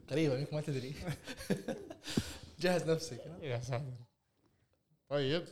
قريبة منك ما تدري. جهز نفسك. يا ساتر. طيب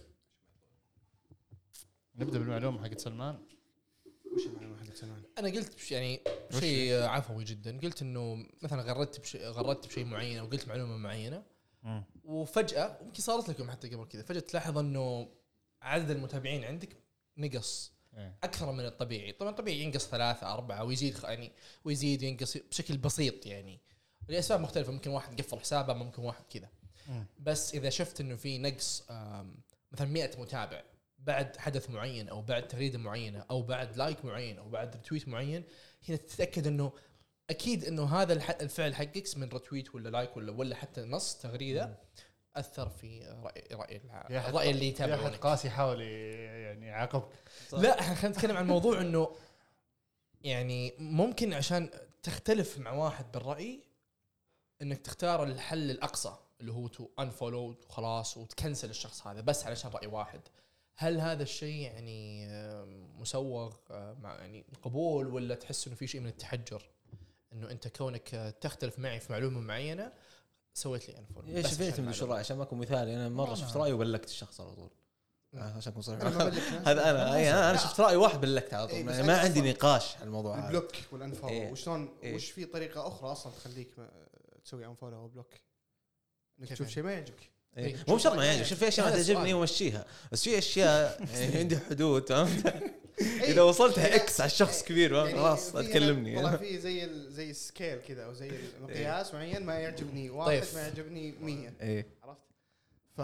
نبدأ بالمعلومة حقت سلمان. وش المعلومة حقت سلمان؟ أنا قلت يعني شيء عفوي جدا. قلت إنه مثلا غردت بشيء معين أو قلت معلومة معينة وفجأة يمكن صارت لكم حتى قبل كذا، فجأة تلاحظ إنه عدد المتابعين عندك نقص أكثر من الطبيعي. طبعا طبيعي ينقص 3 4 ويزيد يعني ويزيد ينقص بشكل بسيط يعني لأسباب مختلفة. ممكن واحد قفل حسابه، ممكن واحد كذا. بس إذا شفت إنه في نقص مثلا 100 متابع بعد حدث معين أو بعد تغريدة معينة أو بعد لايك معين أو بعد رتويت معين، هنا تتأكد إنه أكيد إنه هذا الفعل حقك من رتويت ولا لايك ولا حتى نص تغريدة أثر في الرأي اللي يتابعونك. قاسي يحاول يعني يعاقبك. لا احنا خلينا نتكلم عن موضوع إنه يعني ممكن عشان تختلف مع واحد بالرأي إنك تختار الحل الأقصى اللي هو تو انفولو وخلاص وتكنسل الشخص هذا بس علشان رأي واحد. هل هذا الشيء يعني مسوغ مع يعني القبول، ولا تحس إنه في شيء من التحجر إنه أنت كونك تختلف معي في معلومة معينة سويت لي انفولو؟ ايش فهمت من الشرائع عشان ما اكون مثالي. انا مره شفت راي وبلكت الشخص على طول عشان اكون صريح. هذا انا شفت راي واحد بلكت على طول. ما عندي نقاش على الموضوع هذا. البلوك والانفولو وشلون وش في طريقه اخرى اصلا تخليك تسوي انفولو او بلوك انك تشوف شيء ما يعجبك؟ مو شرط ما يعجبك. شوف في اشياء تعجبني ومشيها، بس في اشياء يعني عندي حدود. اذا وصلتها اكس على الشخص كبير خلاص تكلمني. والله في زي السكيل كذا او زي المقياس معين ما يعجبني واحد ما يعجبني 100. عرفت؟ ف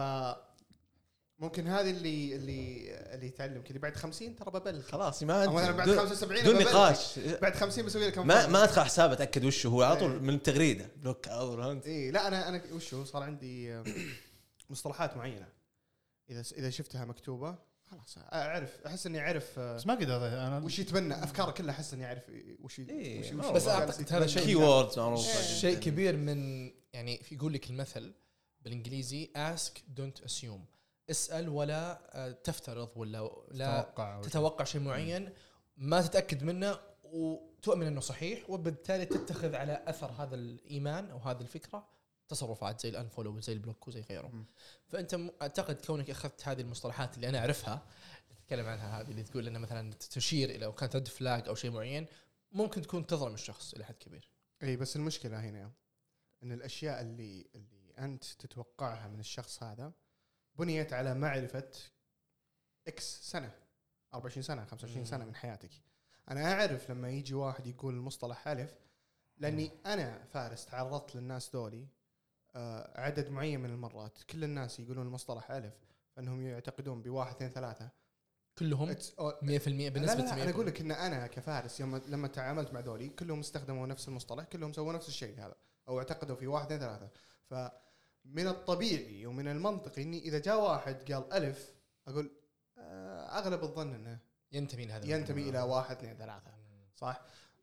ممكن هذه اللي يتعلم كذا بعد 50 ترى ببلغ خلاص ما عندي مثلا بعد 75 دون نقاش. بعد 50 بسوي لك ما ادخل حساب اتاكد وش هو على طول من التغريده بلوك فهمت. لا انا وش هو صار عندي مصطلحات معينه اذا شفتها مكتوبه خلاص احس اني اعرف. بس ما قدر انا وش يتبنى افكاره كلها احس اني اعرف وش بس اعتقد هذا شيء كي ووردز معروف شيء كبير من يعني في يقول لك المثل بالانجليزي ask don't assume. اسال ولا تفترض ولا لا تتوقع شيء معين ما تتاكد منه وتؤمن انه صحيح، وبالتالي تتخذ على اثر هذا الايمان او هذه الفكره تصرفات زي الانفولو وزي البلوك وزي غيره. فانت اعتقد كونك اخذت هذه المصطلحات اللي انا اعرفها تتكلم عنها، هذه اللي تقول انه مثلا تشير الى وكانت رد فلاج او شيء معين ممكن تكون تظلم الشخص الى حد كبير. اي بس المشكله هنا ان الاشياء اللي انت تتوقعها من الشخص هذا بنيت على معرفه اكس سنه 24 سنه 25 سنه من حياتك. انا اعرف لما يجي واحد يقول المصطلح الف لاني انا فارس تعرضت للناس دولي عدد معين من المرات. كل الناس يقولون المصطلح ألف فإنهم يعتقدون بواحد اثنين ثلاثة كلهم 100% بنسبة 100%. أنا أقول لك إن أنا كفارس لما تعاملت مع ذولي كلهم استخدموا نفس المصطلح، كلهم سووا نفس الشيء هذا أو اعتقدوا في واحد اثنين ثلاثة. فمن الطبيعي ومن المنطقي إني إذا جاء واحد قال ألف أقول أغلب الظن إنه ينتمي إلى واحد اثنين ثلاثة صح.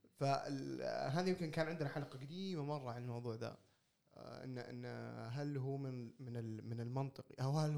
فهذه يمكن كان عندنا حلقة قديمة مرة عن الموضوع ذا ان هل هو من المنطقي او هل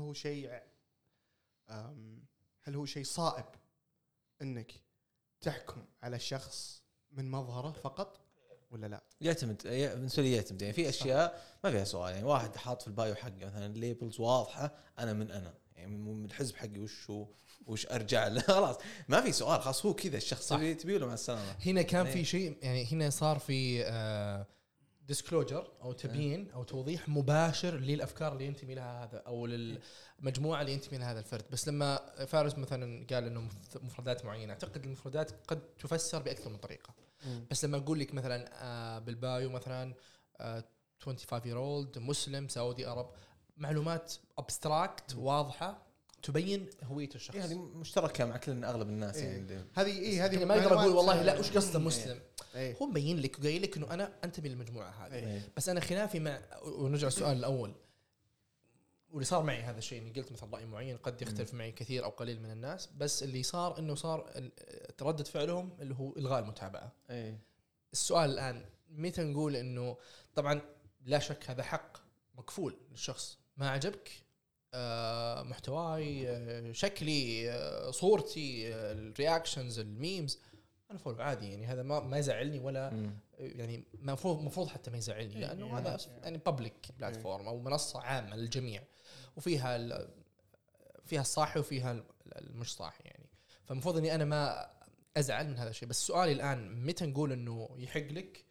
هو شيء صائب انك تحكم على شخص من مظهره فقط ولا لا؟ يعتمد بالنسبه لي يعتمد. يعني في اشياء ما فيها سؤال. يعني واحد حاط في البايو حقه مثلا ليبلز واضحه انا من يعني من الحزب حقي وش ارجع له خلاص ما في سؤال خلاص هو كذا الشخص تبي له مع السلامه. هنا كان في شيء يعني هنا صار في ديسكلوجر او تبيين او توضيح مباشر للافكار اللي ينتمي لها هذا او للمجموعه اللي ينتمي لها هذا الفرد. بس لما فارس مثلا قال انه مفردات معينه اعتقد المفردات قد تفسر باكثر من طريقه. بس لما اقول لك مثلا بالبايو مثلا 25 year old مسلم سعودي عرب معلومات ابستراكت واضحه تبين هوية الشخص يعني مشتركة مع كل أغلب الناس. يعني هذه ما يقدر يقول والله لا وش قصده مسلم. هو مبين لك وقايل لك إنه أنا أنتمي للمجموعة هذه. بس أنا خلافي مع ونرجع السؤال الأول واللي صار معي هذا الشيء إني قلت مثلا رأي معين قد يختلف معي كثير أو قليل من الناس. بس اللي صار إنه صار تردد فعلهم اللي هو إلغاء المتابعة. السؤال الآن متى نقول إنه طبعا لا شك هذا حق مكفول للشخص ما عجبك محتواي شكلي صورتي الرياكشنز الميمز انفولو عادي يعني، هذا ما يزعلني ولا يعني المفروض حتى ما يزعلني، لانه هذا يعني بابليك بلاتفورم او منصه عامه للجميع، وفيها فيها الصاحي وفيها المش صاحي يعني، فالمفروض اني انا ما ازعل من هذا الشيء. بس سؤالي الان، متى نقول انه يحق لك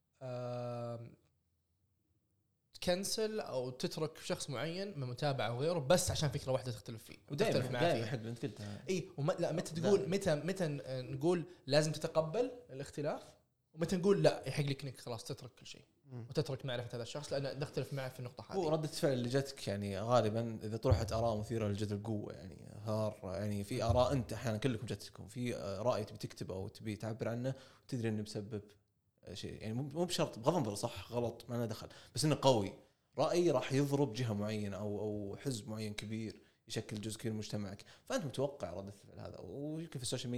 تكنسل او تترك شخص معين من متابعه وغيره بس عشان فكره واحده تختلف فيه ودائما يحب انت قلتها اي لا متى تقول متى نقول لازم تتقبل الاختلاف، ومتى نقول لا يحق لك انك خلاص تترك كل شيء وتترك معرفه هذا الشخص لان نختلف معه في النقطه هذه. وردة الفعل اللي جاتك يعني غالبا اذا طرحت اراء مثيره للجدل قوه يعني يعني في اراء انت احيانا كلكم جاتكم في راي تبي تكتبه او تبي تعبر عنه وتدري انه بسبب شيء يعني مو بشرط بغض النظر صح غلط ما له دخل، بس انه قوي راي راح يضرب جهه معينه او حزب معين كبير يشكل جزء كبير من مجتمعك، فانت متوقع رده الفعل هذا. ويمكن في السوشيال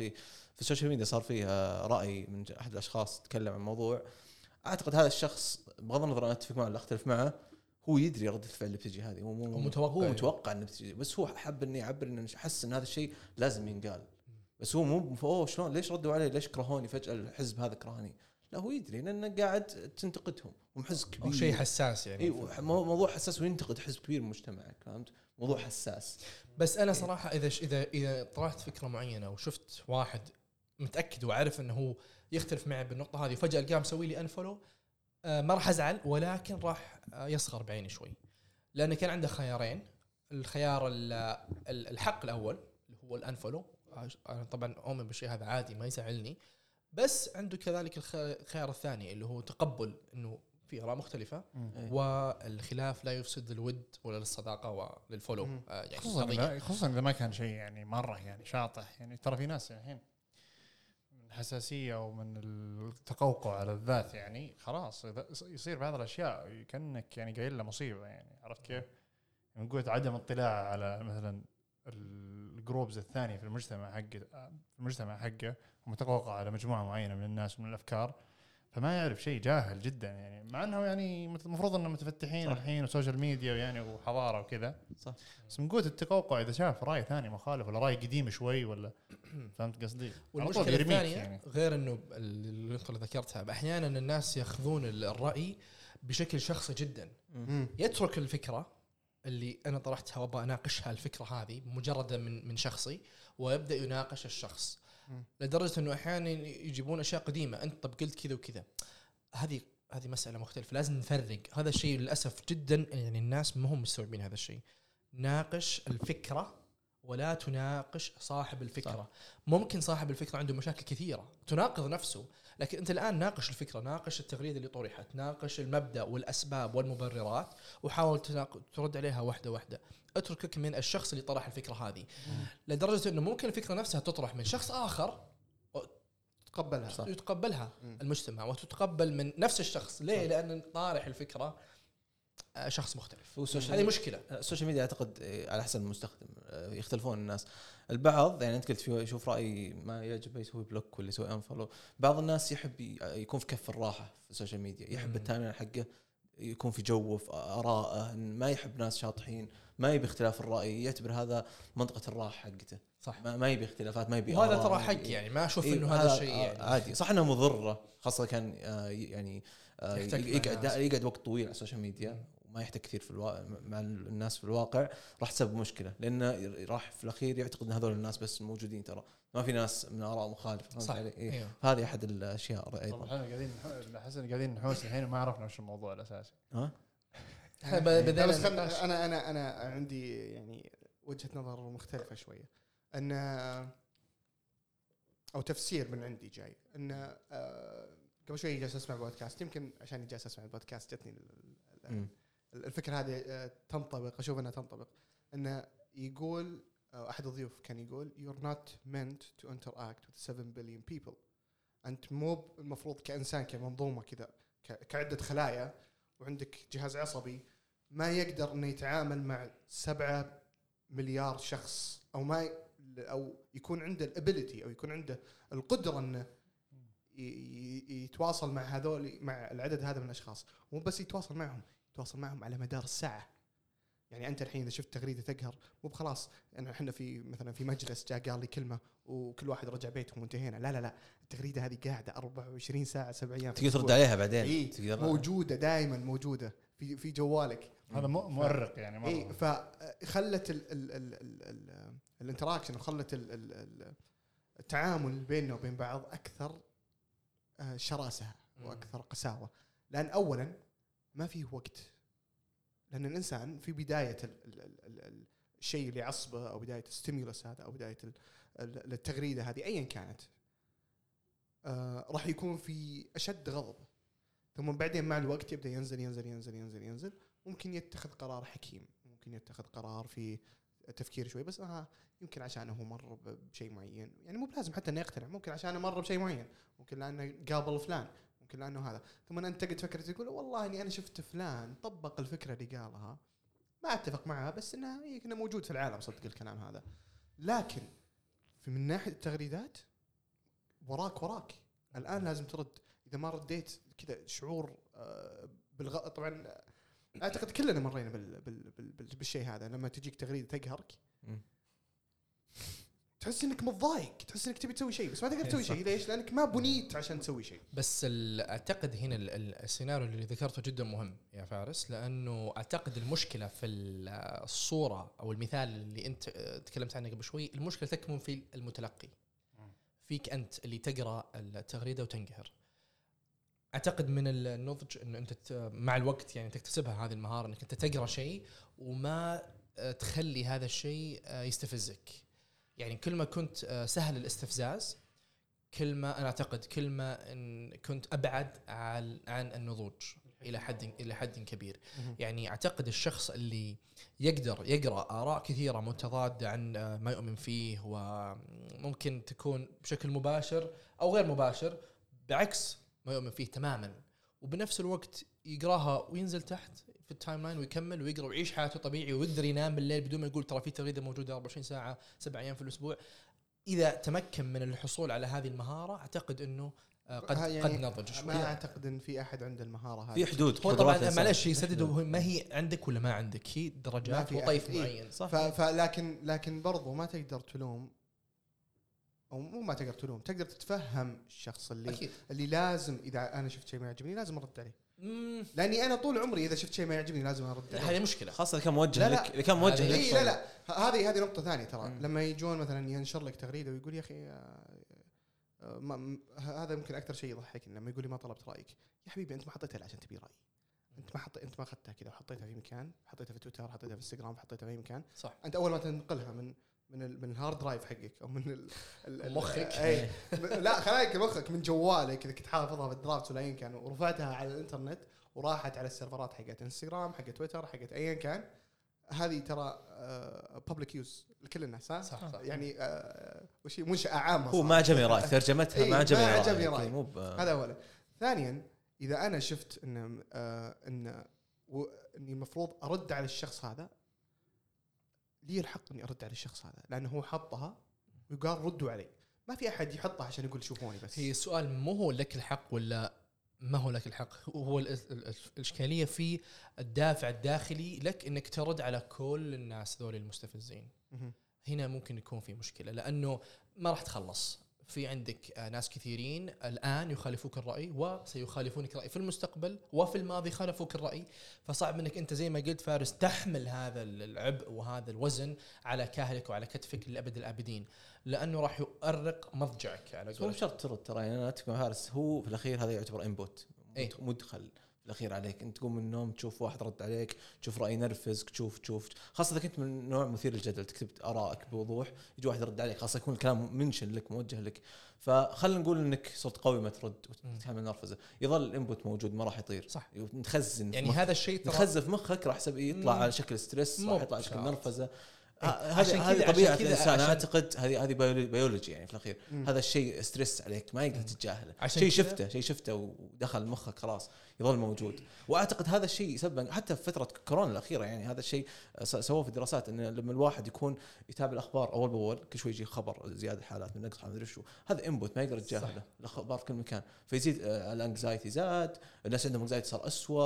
ميديا صار فيه راي من احد الاشخاص تكلم عن موضوع، اعتقد هذا الشخص بغض النظر انا اتفق معه ولا اختلف معه هو يدري رده الفعل اللي بتجي هذه، هو متوقع انه بتجي، بس هو حب انه يعبر انه احس ان هذا الشيء لازم ينقال، بس هو مو شلون ليش ردوا عليه ليش كرهوني فجاه الحزب هذا كرهني، لا هو يدري لانه قاعد تنتقدهم ومحزب كبير شيء حساس يعني موضوع حساس وينتقد حزب كبير من مجتمعك، فهمت؟ موضوع حساس. بس انا صراحه اذا طرحت فكره معينه وشفت واحد متاكد وعارف انه هو يختلف معي بالنقطه هذه وفجاه القاه مسوي لي انفولو، ما راح ازعل ولكن راح يصغر بعيني شوي، لانه كان عنده خيارين. الخيار الحق الاول اللي هو الانفولو، انا طبعا اؤمن بالشيء هذا عادي ما يزعلني، بس عنده كذلك الخيار الثاني اللي هو تقبل انه في آراء مختلفة والخلاف لا يفسد الود ولا للصداقة وللفولو يعني خصوصا إذا ما كان شيء يعني مرة يعني شاطح، يعني ترى في ناس الحين من حساسية ومن التقوقع على الذات يعني خلاص إذا يصير بهذه الأشياء كأنك يعني قايل له مصيبة، يعني عرفت كيف؟ من قوة عدم اطلاع على مثلا الجروبز الثانية في المجتمع حقه ومتقوقع على مجموعة معينة من الناس ومن الأفكار، فما يعرف شيء، جاهل جدا يعني، مع انه يعني المفروض انه متفتحين الحين وسوشيال ميديا يعني وحضاره وكذا صح، بس من قوه التقوقع اذا شاف راي ثاني مخالف ولا راي قديم شوي ولا فهمت قصدي. والمشكله الثانيه يعني غير انه اللي ذكرتها احيانا الناس ياخذون الراي بشكل شخصي جدا، يترك الفكره اللي انا طرحتها وابغى اناقشها الفكره هذه مجرد من شخصي ويبدا يناقش الشخص لدرجه انه احيانا يجيبون اشياء قديمه، انت طب قلت كذا وكذا، هذه مساله مختلفه لازم نفرق. هذا الشيء للاسف جدا يعني الناس ما هم مستوعبين هذا الشيء. ناقش الفكره ولا تناقش صاحب الفكره صح. ممكن صاحب الفكره عنده مشاكل كثيره تناقض نفسه، لكن انت الان ناقش الفكره، ناقش التغريده اللي طرحت، ناقش المبدا والاسباب والمبررات وحاول ترد عليها واحده واحده. اتركك من الشخص اللي طرح الفكره هذه لدرجه انه ممكن الفكره نفسها تطرح من شخص اخر يتقبلها المجتمع وتتقبل من نفس الشخص. ليه؟ لان طارح الفكره شخص مختلف. هذه مشكله. السوشيال ميديا اعتقد على حسب المستخدم يختلفون الناس. البعض يعني انت قلت فيه يشوف راي ما يعجبه يسوي بلوك ولا يسوي انفولو. بعض الناس يحب يكون في كف الراحه في السوشيال ميديا، يحب التايم حقه يكون في جو في آراءه، ما يحب ناس شاطحين، ما يبي اختلاف الرأي، يعتبر هذا منطقة الراحة حقته صح. ما يبي اختلافات، ما يبي وهذا ترى حق يعني ما أشوف إنه هذا الشيء يعني عادي. صح إنه مضرة خاصة كان يعني يقعد وقت طويل على السوشيال ميديا وما يحتك كثير في مع الناس في الواقع، راح تسبب مشكلة لأنه راح في الأخير يعتقد إن هذول الناس بس موجودين، ترى ما في ناس من آراء مخالفة صح. إيه. هذه أحد الأشياء أيضا. قاعدين نحوس الحين وما عرفنا وش الموضوع الأساسي. بس أنا عندي يعني وجهة نظر مختلفة شوية، أن أو تفسير من عندي جاي أن قبل شوي جالس أسمع بودكاست، يمكن عشان جالس أسمع البودكاست جتني الفكرة هذه تنطبق، أشوف أنها تنطبق. أنه يقول أحد الضيوف كان يقول you're not meant to interact with 7 billion people. أنت مو المفروض كإنسان كمنظومة كذا كعدة خلايا وعندك جهاز عصبي ما يقدر إنه يتعامل مع 7 مليار شخص، أو يكون عنده الابيليتي أو يكون عنده القدرة إنه يتواصل مع هذول، مع العدد هذا من الأشخاص. مو بس يتواصل معهم على مدار الساعة. يعني انت الحين اذا شفت تغريده تقهر مو بخلاص يعني احنا في مثلا في مجلس جاء قال لي كلمه وكل واحد رجع بيتهم وانتهينا. لا التغريده هذه قاعده 24 ساعه 7 ايام تقدر ترد عليها بعدين. إيه موجوده دائما موجوده في جوالك. هذا مؤرق يعني مره. إيه فخلت الانتراكشن وخلت التعامل بيننا وبين بعض اكثر شراسه واكثر قساوه. لان اولا ما فيه وقت، لان الانسان في بدايه الشيء اللي يعصبه او بدايه الستيمولس هذا او بدايه التغريده هذه ايا كانت راح يكون في اشد غضب، ثم بعدين مع الوقت يبدا ينزل ينزل ينزل ينزل ينزل. ممكن يتخذ قرار حكيم، ممكن يتخذ قرار في تفكير شوي، بس يمكن عشان هو مر بشيء معين، يعني مو بلازم حتى انه يقتنع، ممكن عشان مر بشيء معين، ممكن لانه قابل فلان، ممكن لانه هذا. ثم انت تقعد تفكر تقول والله اني انا شفت فلان طبق الفكره اللي قالها، ما اتفق معها بس انه كنا موجود في العالم صدق الكلام هذا. لكن من ناحيه التغريدات وراك الان لازم ترد. اذا ما رديت كذا شعور طبعا اعتقد كلنا مرينا بالشيء هذا، لما تجيك تغريده تقهرك تحس انك متضايق، تحس انك تبي تسوي شيء بس ما تقدر تسوي شيء. ليش؟ لانك ما بنيت عشان تسوي شيء. بس اعتقد هنا السيناريو اللي ذكرته جدا مهم يا فارس، لانه اعتقد المشكله في الصوره او المثال اللي انت تكلمت عنه قبل شوي، المشكله تكمن في المتلقي، فيك انت اللي تقرا التغريده وتنقهر. اعتقد من النضج انه انت مع الوقت يعني تكتسبها هذه المهاره، انك انت تقرا شيء وما تخلي هذا الشيء يستفزك. يعني كل ما كنت سهل الاستفزاز، كل ما انا اعتقد كل ما إن كنت ابعد عن النضوج الى حد كبير. يعني اعتقد الشخص اللي يقدر يقرا اراء كثيره متضاده عن ما يؤمن فيه، وممكن تكون بشكل مباشر او غير مباشر بعكس ما يؤمن فيه تماما، وبنفس الوقت يقراها وينزل تحت في التايم لاين ويكمل ويقرا ويعيش حياته طبيعي ويقدر ينام بالليل بدون ما يقول ترى في تغريده موجوده 24 ساعه 7 ايام في الاسبوع. اذا تمكن من الحصول على هذه المهاره اعتقد انه قد نضج شوي. ما اعتقد ان في احد عنده المهاره هذه، في حدود. هو طبعا معلش يسددوا ما هي عندك ولا ما عندك، هي درجات وطيف معين صح. لكن برضو ما تقدر تلوم، او مو ما تقدر تلوم، تقدر تتفهم الشخص اللي لازم اذا انا شفت شيء ما يعجبني لازم ارد عليه. لاني انا طول عمري اذا شفت شيء ما يعجبني لازم ارد عليه. هذه مشكله خاصه اذا كان موجه لك، اذا كان موجه لك. لا هذه نقطه ثانيه ترى. لما يجون مثلا ينشر لك تغريده ويقول يا اخي هذا يمكن اكثر شيء يضحكني لما يقول لي ما طلبت رايك. يا حبيبي انت ما حطيتها عشان تبي رايي، انت ما اخذتها كذا وحطيتها في مكان، حطيتها في تويتر، حطيتها في انستغرام، حطيتها في اي مكان. صح. انت اول ما تنقلها من الهارد درايف حقك او من مخك اي لا خلاك مخك من جوالك اذا كنت حافظها في الدرافت ولا اين كان، ورفعتها على الانترنت وراحت على السيرفرات حقت انستغرام حقت تويتر حقت ايا كان، هذه ترى بابليك يوز لكل الناس. صح. يعني وش منشأة عامة. هو ما عجبني رأي ترجمتها، ما عجبني رأي. هذا اولا. ثانيا اذا انا شفت اني المفروض ارد على الشخص هذا، لي الحق اني ارد على الشخص هذا لانه هو حطها وقال ردوا علي. ما في احد يحطها عشان يقول شوفوني بس. هي السؤال مو هو لك الحق ولا ما هو لك الحق، هو الاشكاليه في الدافع الداخلي لك انك ترد على كل الناس ذول المستفزين. هنا ممكن يكون في مشكله، لانه ما راح تخلص. في عندك ناس كثيرين الآن يخالفوك الرأي وسيخالفونك الرأي في المستقبل، وفي الماضي خالفوك الرأي. فصعب انك انت زي ما قلت فارس تحمل هذا العبء وهذا الوزن على كاهلك وعلى كتفك لأبد الآبدين، لأنه راح يؤرق مضجعك. على مو شرط ترد، ترى انا اتفق مع فارس، هو في الاخير هذا يعتبر انبوت، مدخل في الاخير عليك. انت تقوم من النوم تشوف واحد رد عليك، تشوف راي نرفزك، تشوف خاصه اذا كنت من نوع مثير للجدل، تكتب ارائك بوضوح، يجي واحد يرد عليك، خاصه يكون الكلام منشن لك موجه لك. فخلينا نقول انك صرت قوي ما ترد وتتحمل نرفزه، يظل الانبوت موجود ما راح يطير. صح. نتخزن يعني هذا الشيء نخزن في مخك، راح يطلع على شكل ستريس، راح يطلع على شكل نرفزه. هذه طبيعه الانسان. انا اعتقد هذه بيولوجي يعني في الاخير. هذا الشيء ستريس عليك ما يقدر تتجاهله، شيء شفته ودخل مخك خلاص يظل موجود. واعتقد هذا الشيء سبب حتى في فتره كورونا الاخيره، يعني هذا الشيء سووه في الدراسات، ان لما الواحد يكون يتابع الاخبار اول باول، كل شوي يجي خبر زياده حالات من نقص ما ادري شو، هذا انبوت ما يقدر يتجاهله، الاخبار في كل مكان، فيزيد الانكزايتي، زاد الناس عندهم انكزايتي صار أسوأ.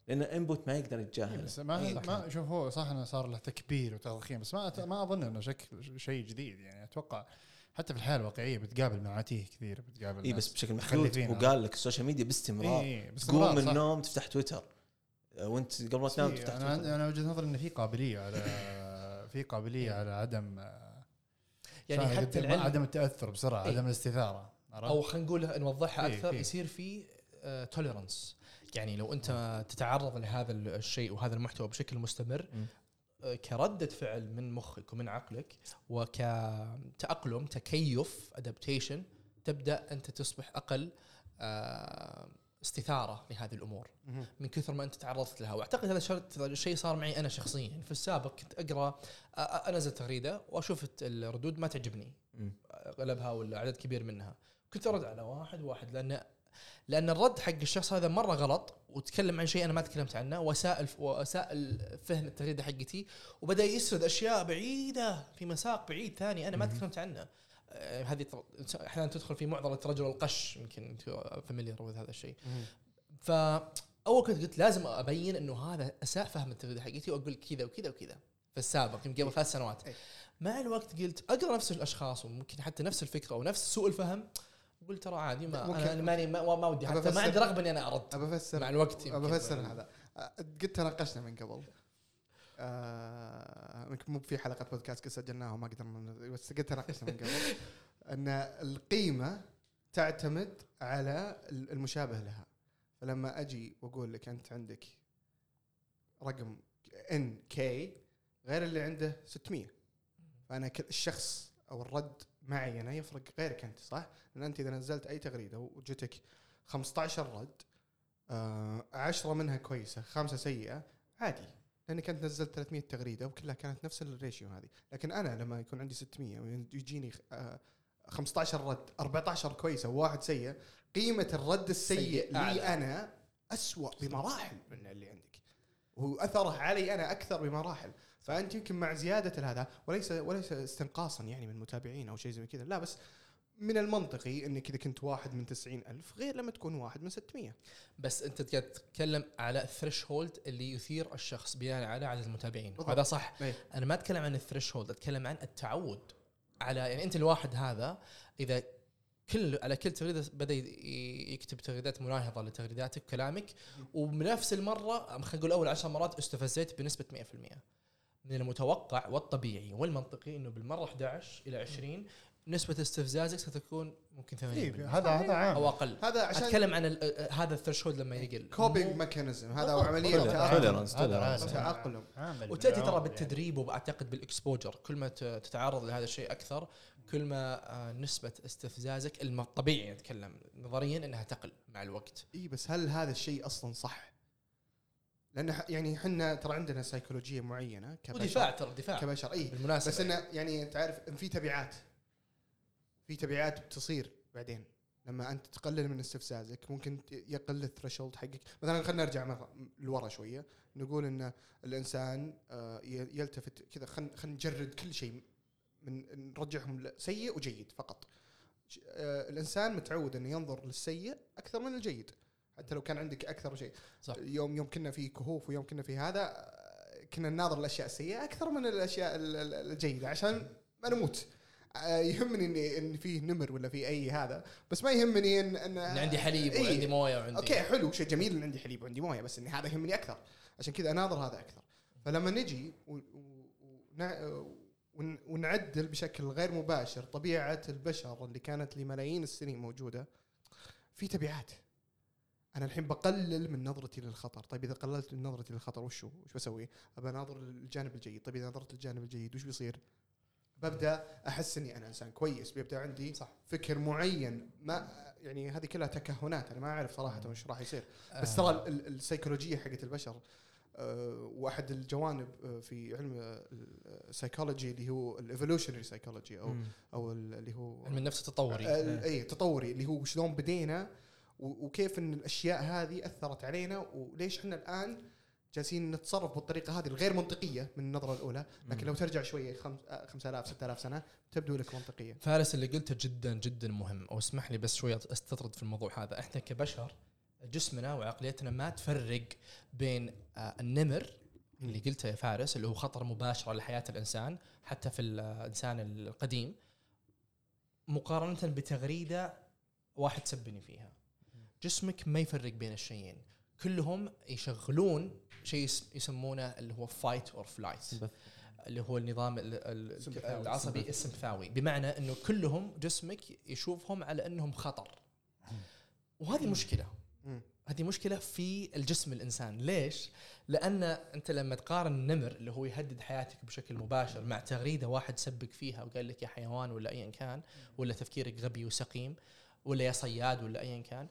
لان انبوت ما يقدر يتجاهل. بس ما شوف هو صح انه صار له تكبير وتضخيم، بس ما اظن انه شيء جديد يعني. اتوقع حتى في الحياه الواقعيه بتقابل معاتيه كثير، بتقابل اي بس بشكل محدود. وقال لك السوشيال ميديا باستمرار، تقوم من النوم تفتح تويتر وانت قبل ما تنام تفتح تويتر. انا وجهه نظري ان في قابليه على عدم يعني حتى عدم التاثر بسرعه، عدم الاستثاره، او خلينا نقول نوضحها اكثر. يصير في توليرنس، يعني لو انت تتعرض لهذا الشيء وهذا المحتوى بشكل مستمر كردة فعل من مخك ومن عقلك وكتأقلم تكيف adaptation، تبدأ أنت تصبح أقل استثارة لهذه الأمور من كثر ما أنت تعرضت لها. وأعتقد هذا الشيء صار معي أنا شخصيا. في السابق كنت أقرأ أنزل تغريدة وأشوف الردود ما تعجبني أغلبها ولا عدد كبير منها، كنت أرد على واحد لأن الرد حق الشخص هذا مرة غلط وتكلم عن شيء أنا ما تكلمت عنه، وسائل فهم التغريدة حقتي، وبدأ يسرد أشياء بعيدة في مساق بعيد ثاني أنا ما تكلمت عنه. هذه أحيانا تدخل في معضلة رجل القش، يمكن فاميليار بهذا الشيء. فأول كنت قلت لازم أبين إنه هذا أساء فهم التغريدة حقتي وأقول كذا وكذا وكذا في السابق يمكن قبل 3 سنوات. مع الوقت قلت أقرأ نفس الأشخاص وممكن حتى نفس الفكرة ونفس سوء الفهم، قلت ترى عادي، ما ودي حتى ما عندي رغبه اني انا ارد. أبفسر مع الوقت أبفسر هذا. قلت تناقشنا من قبل مو في حلقه بودكاست كنت سجلناها وما قدرنا، بس قلت تناقشنا من قبل ان القيمه تعتمد على المشابه لها. فلما اجي واقول لك انت عندك رقم ان كي غير اللي عنده 600، فانا الشخص او الرد معي أنا يفرق غيرك أنت، صح؟ لأن أنت إذا نزلت أي تغريدة وجتك 15 رد 10 منها كويسة 5 سيئة عادي، لأنك أنت نزلت 300 تغريدة وكلها كانت نفس الريشيو هذه. لكن أنا لما يكون عندي 600 ويجيني 15 رد 14 كويسة وواحد سيء، قيمة الرد السيء لي أنا أسوأ بمراحل من اللي عندك، وأثره علي أنا أكثر بمراحل. فأنت يمكن مع زيادة هذا وليس استنقاصا يعني من متابعين أو شيء زي كذا، لا، بس من المنطقي إنك إذا كنت واحد من 90,000 غير لما تكون واحد من 600. بس أنت تتكلم على الثريشولد اللي يثير الشخص بناء على عدد المتابعين، هذا صح. أنا ما أتكلم عن الثريشولد، أتكلم عن التعود على، يعني أنت الواحد هذا إذا على كل تغريدة بدأ يكتب تغريدات مناهضة لتغريداتك كلامك، وبنفس المرة خلينا نقول أول 10 مرات استفزيت بنسبة 100%، من المتوقع والطبيعي والمنطقي انه بالمره 11 الى 20 نسبه استفزازك ستكون ممكن 80%. هذا عام او اقل. هذا عشان اتكلم عن هذا الثريشولد لما يقل كوبينج ميكانيزم، هذا عمليه تعقل. وتاتي ترى بالتدريب، وبعتقد بالاكسبوجر. كل ما تتعرض لهذا الشيء اكثر كل ما نسبه استفزازك الطبيعي نتكلم نظريا انها تقل مع الوقت. اي بس هل هذا الشيء اصلا صح؟ لأن يعني حنا ترى عندنا سيكولوجية معينة ودفاع كبشر. أي بالمناسبة، بس إنه يعني تعرف في تبعات بتصير بعدين لما أنت تقلل من استفزازك، ممكن يقل الثريشولد حقك. مثلا خلينا نرجع لورا شوية، نقول إن الإنسان يلتفت كذا، خلينا نجرد كل شيء من نرجعهم سيء وجيد فقط. الإنسان متعود إنه ينظر للسيء أكثر من الجيد، حتى لو كان عندك أكثر شيء. صح. يوم كنا في كهوف ويوم كنا في هذا كنا نناظر الأشياء السيئة أكثر من الأشياء الجيدة عشان ما نموت. يهمني إن فيه نمر ولا في أي هذا، بس ما يهمني إن عندي حليب وعندي موية وعندي. أوكي حلو، شيء جميل إن عندي حليب وعندي موية، بس إن هذا يهمني أكثر، عشان كذا أناظر هذا أكثر. فلما نجي ونعدل بشكل غير مباشر طبيعة البشر اللي كانت لملايين السنين موجودة، في تبعات. أنا الحين بقلل من نظرتي للخطر. طيب إذا قللت من نظرتي للخطر وش بسوي؟ أبى ناظر للجانب الجيد. طيب إذا نظرت للجانب الجيد وش بيصير؟ ببدأ أحس إني أنا إنسان كويس، بيبدأ عندي صح فكر معين. ما يعني هذه كلها تكهنات، أنا ما أعرف صراحة وش راح يصير. بس ترى السيكولوجية حقت البشر واحد الجوانب في علم السيكولوجي اللي هو الإيفولوشنري سيكولوجي أو اللي هو علم النفس التطوري. أي تطوري، اللي هو شلون بدينا وكيف ان الاشياء هذه اثرت علينا، وليش احنا الان جالسين نتصرف بالطريقه هذه الغير منطقيه من النظره الاولى، لكن لو ترجع شويه 5000 6000 سنه تبدو لك منطقيه. فارس اللي قلته جدا جدا مهم، او اسمح لي بس شويه استطرد في الموضوع هذا. احنا كبشر جسمنا وعقليتنا ما تفرق بين النمر اللي قلته يا فارس اللي هو خطر مباشر على حياة الإنسان حتى في الإنسان القديم مقارنة بتغريدة واحد سبني فيها. جسمك ما يفرق بين الشيئين، كلهم يشغلون شيء يسمونه اللي هو fight or flight اللي هو النظام العصبي السمبثاوي، بمعنى انه كلهم جسمك يشوفهم على انهم خطر. وهذه مشكلة، هذه مشكلة في الجسم الإنسان. ليش؟ لأن أنت لما تقارن النمر اللي هو يهدد حياتك بشكل مباشر مع تغريدة واحد سبك فيها وقال لك يا حيوان ولا أيا كان، ولا تفكيرك غبي وسقيم، ولا يا صياد ولا أيا كان،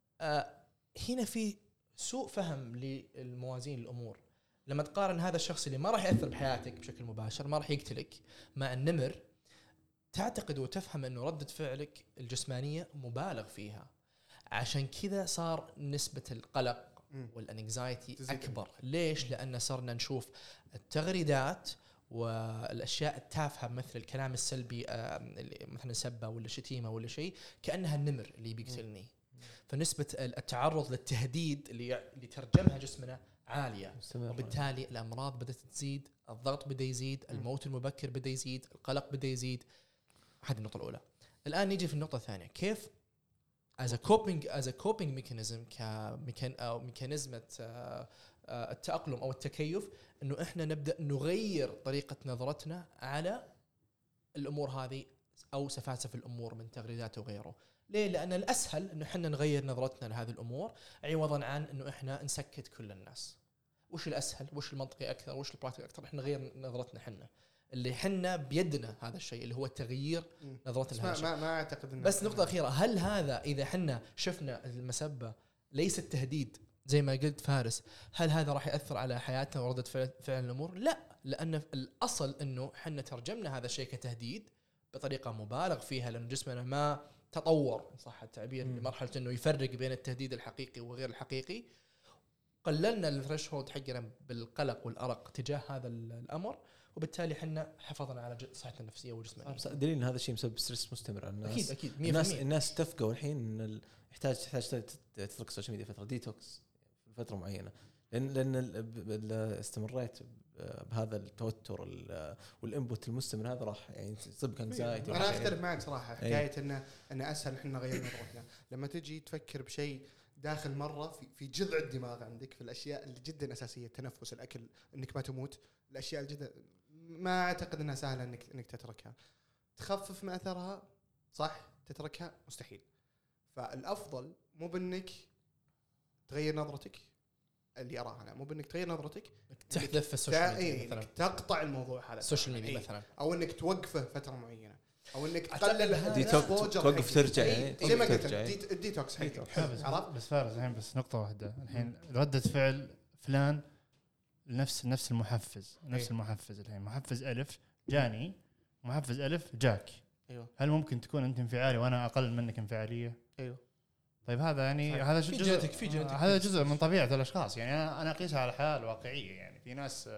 هنا في سوء فهم للموازين الأمور. لما تقارن هذا الشخص اللي ما راح يأثر بحياتك بشكل مباشر، ما راح يقتلك، مع النمر، تعتقد وتفهم أنه ردة فعلك الجسمانية مبالغ فيها. عشان كذا صار نسبة القلق والانكزايتي أكبر. ليش؟ لأن صرنا نشوف التغريدات والأشياء التافهة مثل الكلام السلبي، مثلا سبة ولا شتيمة ولا شيء، كأنها النمر اللي بيقتلني. فنسبة التعرض للتهديد اللي ترجمها جسمنا عالية، وبالتالي الأمراض بدأت تزيد، الضغط بدأ يزيد، الموت المبكر بدأ يزيد، القلق بدأ يزيد. هذه النقطة الأولى. الآن نيجي في النقطة الثانية، كيف as a coping mechanism ميكانيزمة التأقلم أو التكيف، إنه إحنا نبدأ نغير طريقة نظرتنا على الأمور هذه أو سفاسف الأمور من تغريدات وغيره. ليه؟ لأن الأسهل إنه إحنا نغير نظرتنا لهذه الأمور عوضاً عن إنه إحنا نسكت كل الناس. وش الأسهل؟ وش المنطقي أكثر؟ وش البراكتيك أكثر؟ إحنا نغير نظرتنا إحنا، اللي حنا بيدنا هذا الشيء اللي هو تغيير نظرتنا لهذا الشيء. ما أعتقد إنه بس نقطة أخيرة، هل هذا إذا حنا شفنا المسبة ليس التهديد زي ما قلت فارس، هل هذا راح يأثر على حياتنا وردة فعل الأمور؟ لا، لأن الأصل إنه حنا ترجمنا هذا الشيء كتهديد بطريقة مبالغ فيها، لأن جسمنا ما تطور صح التعبير لمرحلة إنه يفرق بين التهديد الحقيقي وغير الحقيقي. قللنا الثريشولد حقنا بالقلق والأرق تجاه هذا الأمر، وبالتالي حنا حفظنا على صحتنا النفسية وجسمانية. دليل ان هذا الشيء مسبب ستريس مستمر على الناس. اكيد الناس تفقوا الحين ان تحتاج تترك السوشيال ميديا فتره ديتوكس فتره معينه، لان استمريت بهذا التوتر والانبوت المستمر هذا راح يعني تصيبك انكزايتي. انا اختلف معك صراحه حكايه ان اسهل احنا نغير نظرتنا. لما تجي تفكر بشيء داخل مره في جذع الدماغ عندك، في الاشياء اللي جدا اساسيه، التنفس، الاكل، انك ما تموت، الاشياء جدا ما اعتقد انها سهله انك تتركها. تخفف من اثرها صح، تتركها مستحيل. فالافضل مو بانك تغير نظرتك اللي اراها انا، مو بانك تغير نظرتك، تحذف في السوشيال ميديا مثلا، تقطع الموضوع هذا السوشيال ميديا مثلا، او انك توقفه فتره معينه، او انك تقلل توقف ترجع يعني زي ما قلت الديتوكس حقك. عرفت؟ بس فارس الحين بس نقطه واحده، الحين ردة فعل فلان نفس المحفز، المحفز الحين محفز ألف جاني، محفز ألف جاك. ايوه، هل ممكن تكون انت انفعالي وانا اقل منك انفعاليه؟ ايوه. طيب هذا يعني صحيح. هذا جزء هذا جزء من طبيعه الاشخاص. يعني انا اقيسها على الحياه الواقعيه. يعني في ناس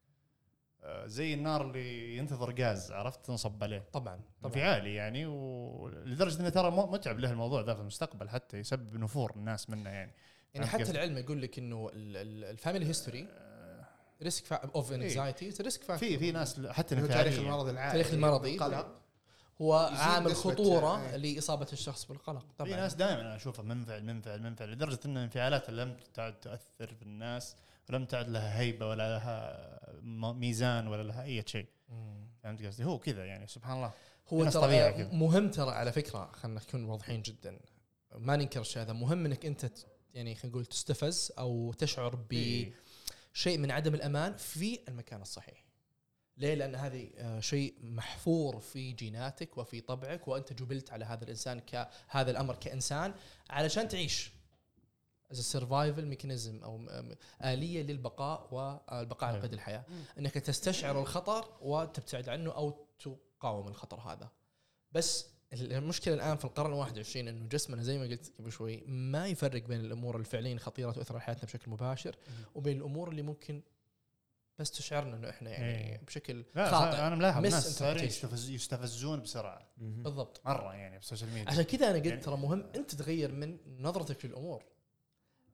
زي النار اللي ينتظر غاز، عرفت، تنصب عليه طبعا انفعالي يعني، ولدرجه انه ترى متعب له الموضوع ذا في المستقبل، حتى يسبب نفور الناس منه يعني حتى العلم يقول لك انه الفاميلي هيستوري ريسك اوف انكزايتي ريسك فاكتور. في ناس حتى تاريخ المرض العائلي، تاريخ المرضي القلق هو عامل خطوره لإصابة الشخص بالقلق. طبعا في ناس دائما انا اشوفها منفعل لدرجه ان انفعالات لم تعد تؤثر في الناس، ولم تعد لها هيبه ولا لها ميزان ولا لها اي شيء. فهمت قصدي؟ هو كذا يعني سبحان الله. هو ترى مهم، ترى على فكره خلينا نكون واضحين جدا، ما ننكرش هذا مهم، انك انت يعني خلينا نقول تستفز او تشعر بشيء من عدم الامان في المكان الصحيح. ليه؟ لأن هذه شيء محفور في جيناتك وفي طبعك، وأنت جبلت على هذا الإنسان كهذا الأمر كإنسان علشان تعيش as a survival mechanism أو آلية للبقاء والبقاء على قيد الحياة، أنك تستشعر الخطر وتبتعد عنه أو تقاوم الخطر هذا. بس المشكلة الآن في القرن 21 أنه جسمنا زي ما قلت قبل شوي ما يفرق بين الأمور الفعليا خطيرة تؤثر على حياتنا بشكل مباشر وبين الأمور اللي ممكن بس تشعرنا انه احنا يعني بشكل خاطئ. انا ملاحظ الناس يستفزون بسرعه بالضبط مره يعني بالسوشيال ميديا. عشان كذا انا قلت ترى مهم انت تغير من نظرتك للامور.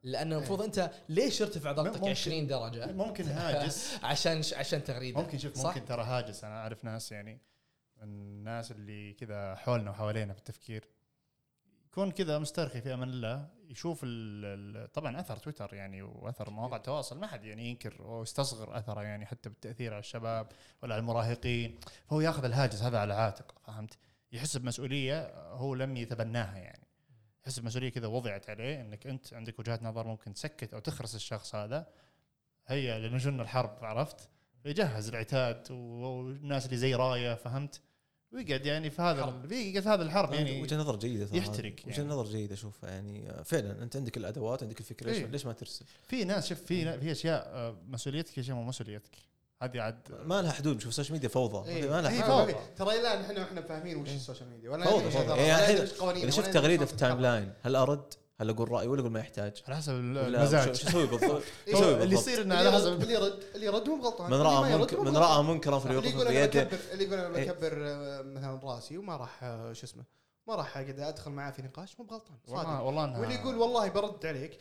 لان المفروض انت ليش يرتفع ضغطك ممكن- 20 درجه ممكن هاجس. عشان تغريده. ممكن شوف، صح؟ ممكن ترى هاجس. انا اعرف ناس يعني الناس اللي كذا حولنا وحوالينا في التفكير يكون كذا مسترخي في امان الله، يشوف طبعا اثر تويتر يعني واثر مواقع التواصل، ما حد يعني ينكر ويستصغر اثره يعني حتى بالتاثير على الشباب ولا على المراهقين، فهو ياخذ الهاجس هذا على عاتقه، فهمت؟ يحس بمسؤوليه هو لم يتبناها، يعني يحس بمسؤوليه كذا وضعت عليه، انك انت عندك وجهات نظر ممكن تسكت او تخرس الشخص هذا. هيا لنجن الحرب، عرفت؟ يجهز العتاد والناس اللي زي رايه، فهمت؟ ويقعد يعني في هذا يقعد في هذا الحرب يعني وجهه نظر جيده، يحترق وجهه يعني. نظر جيده. شوف يعني فعلا انت عندك الادوات، عندك الفكره، إيه. ليش ما ترسل؟ في ناس شوف في اشياء مسؤوليتك، اشياء مو مسؤوليتك، هذه عاد ما لها حدود. شوف السوشيال ميديا فوضى، إيه. ما لها إيه، حدود. فوضى. ترى الان احنا فاهمين وش السوشيال ميديا ولا فوضى، ندري فوضى. إيش يعني ولا الحين ندري إيش قوانينها اذا شفت ولا ندري تغريده إيش في التايم تتحرك. لاين، هل ارد؟ هل اقول رايي ولا اقول ما يحتاج؟ على حسب ولا المزاج. شو اسوي بالضبط؟ إيه. شو اسوي اللي بالضبط؟ يصير انه على حسب اللي يرد مو غلطان، من اللي ما راى يرد منكر مو من غلطان. راى منكرا اللي فليوقف يقول انا بيده. بكبر، اللي يقول انا إيه. بكبر مثلا راسي وما راح شو اسمه، ما راح اقعد ادخل معاه في نقاش، مو بغلطان صادق. والله واللي يقول والله برد عليك،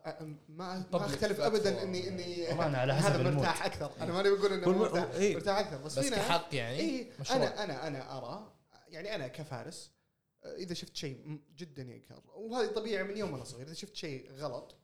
ما اختلف ابدا اني والله أنا على حسب هذا المود. مرتاح اكثر. انا ماني بقول انه مرتاح، إيه. مرتاح اكثر، بس بس فينا كحق يعني إيه. مشروع. انا ارى يعني انا كفارس اذا شفت شيء جدا ينكر، وهذه طبيعه من يوم انا صغير، اذا شفت شيء غلط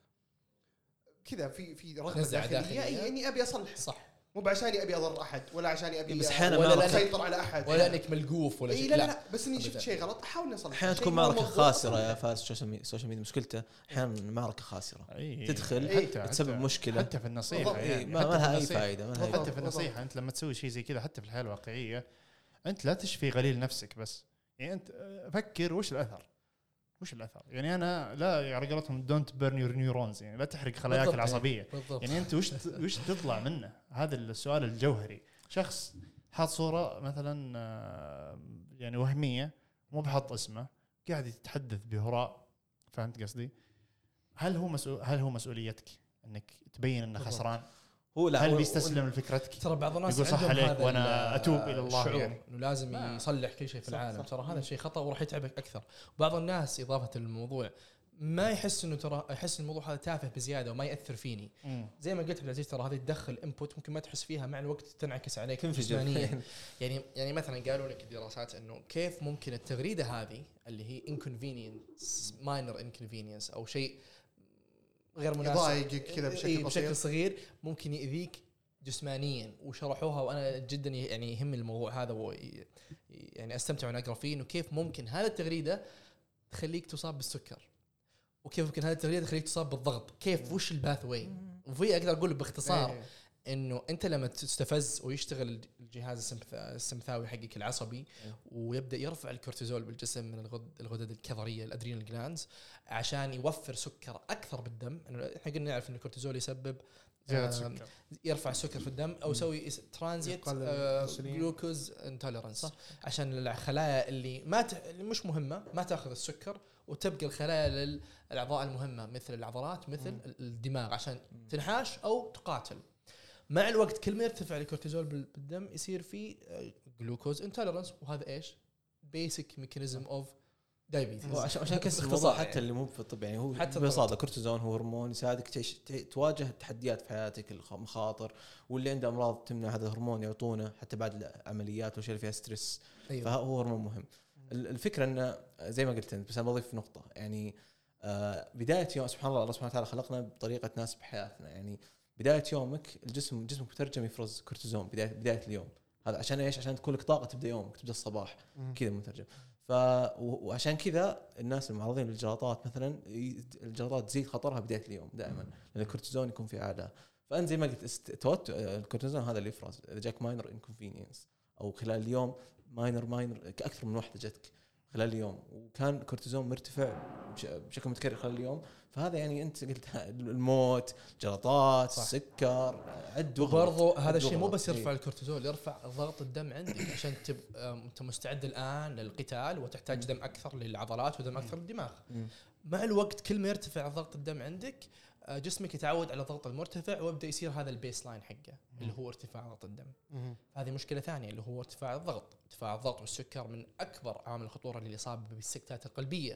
كذا في رغبه نزعة داخليه داخلية. اني ابي اصلح، صح. مو بعشاني ابي اضر احد ولا عشاني ابي بس أحياناً ولا ما اسيطر على احد ولا انك ملقوف ولا اي شيء. لا بس اني شفت شيء غلط احاول اني اصلح. احيانا شيء تكون مو معركه مضبوط خاسره أصلح. يا فارس. السوشيال ميديا مشكلته احيانا معركه خاسره، إيه. تدخل إيه. تسبب مشكله، حتى في النصيحه بالضبط. يعني ما حتى في لها اي النصيحة. فائده، ما لها أي حتى فائدة. في النصيحه انت لما تسوي شيء زي كذا حتى في الحياه الواقعيه، انت لا تشفي غليل نفسك بس، يعني انت فكر وش الاثر، يعني انا لا على قولتهم دونت بيرن يور نيورونز، يعني لا تحرق خلاياك بالضبط. العصبيه. بالضبط. يعني انت وش تطلع منه؟ هذا السؤال الجوهري. شخص حاط صوره مثلا يعني وهميه، مو بحط اسمه، قاعد يتحدث بهراء، فهمت قصدي؟ هل هو مسؤوليتك انك تبين انه بالضبط. خسران؟ هو لا هل هو- بيستسلم لفكرتك؟ ترى بعض الناس يقول صح عندهم عليك هذا وأنا أتوب إلى الله الشعور يعني. انه لازم لا. يصلح كل شيء في صح، العالم. صح. ترى هذا شيء خطا وراح يتعبك اكثر. وبعض الناس اضافه للموضوع ما يحس انه ترى يحس الموضوع هذا تافه بزياده وما يأثر فيني. زي ما قلت عبد العزيز، ترى هذه تدخل انبوت ممكن ما تحس فيها، مع الوقت تنعكس عليك جسمانيا. يعني مثلا قالوا لك دراسات انه كيف ممكن التغريده هذه اللي هي inconvenience minor inconvenience او شيء غير مناسب يضايقك كذا بشكل بشكل بسيط. صغير ممكن يأذيك جسمانيا. وشرحوها وانا جدا يعني يهم الموضوع هذا يعني استمتع وانا اقرا فيه، انه كيف ممكن هذه التغريده تخليك تصاب بالسكر، وكيف ممكن هذه التغريده تخليك تصاب بالضغط، كيف وش الباث واي. وفي اقدر اقول باختصار إيه. انه انت لما تستفز ويشتغل الجهاز السمثاوي حقك العصبي ويبدا يرفع الكورتيزول بالجسم من الغدد الكظريه الادرينال جلاندز عشان يوفر سكر اكثر بالدم. احنا قلنا نعرف ان الكورتيزول يسبب زيادة سكر، يرفع السكر في الدم او يسوي ترانزيت يقلل الأنسولين. جلوكوز انتوليرنس، عشان الخلايا اللي اللي مش مهمه ما تاخذ السكر، وتبقى الخلايا للاعضاء المهمه مثل العضلات مثل الدماغ عشان تنحاش او تقاتل. مع الوقت كل ما يرتفع الكورتيزول بالدم يصير في جلوكوز انتوليرنس، وهذا ايش بيسك ميكانيزم اوف دايابيتس. عشان كسر الموضوع حتى اللي مو في الطب، يعني هو حتى ببساطه كورتيزون هو هرمون يساعدك تواجه التحديات في حياتك، المخاطر، واللي عنده امراض تمنع هذا الهرمون يعطونه حتى بعد العمليات والاشياء اللي فيها ستريس. أيوة. فهو هرمون مهم. الفكره انه زي ما قلت انت، بس انا بضيف نقطه يعني بدايه يوم سبحان الله سبحانه وتعالى خلقنا بطريقه تناسب حياتنا. يعني بدايه يومك جسمك مترجم يفرز كورتيزون بدايه اليوم. هذا عشان ايش؟ عشان تكون لك طاقه تبدا يومك، تبدا الصباح كذا مترجم. وعشان كذا الناس المعرضين للجلطات مثلا الجلطات تزيد خطرها بدايه اليوم دائما، لان الكورتيزون يكون في اعلى. فانت زي ما قلت الكورتيزون هذا اللي يفرز اذا جاك ماينر انكونفينينس او خلال اليوم ماينر اكثر من وحده جتك خلال اليوم، وكان الكورتيزون مرتفع بشكل متكرر خلال اليوم، فهذا يعني انت قلت الموت، جلطات، السكر، وبرضو هذا الشيء مو بس يرفع الكورتيزول، يرفع ضغط الدم عندك عشان انت مستعد الان للقتال وتحتاج دم اكثر للعضلات ودم اكثر للدماغ. مع الوقت كل ما يرتفع ضغط الدم عندك جسمك يتعود على الضغط المرتفع ويبدا يصير هذا البيس لاين حقه اللي هو ارتفاع ضغط الدم. هذه مشكله ثانيه اللي هو ارتفاع الضغط والسكر من اكبر عوامل الخطوره للاصابه بالسكتات القلبيه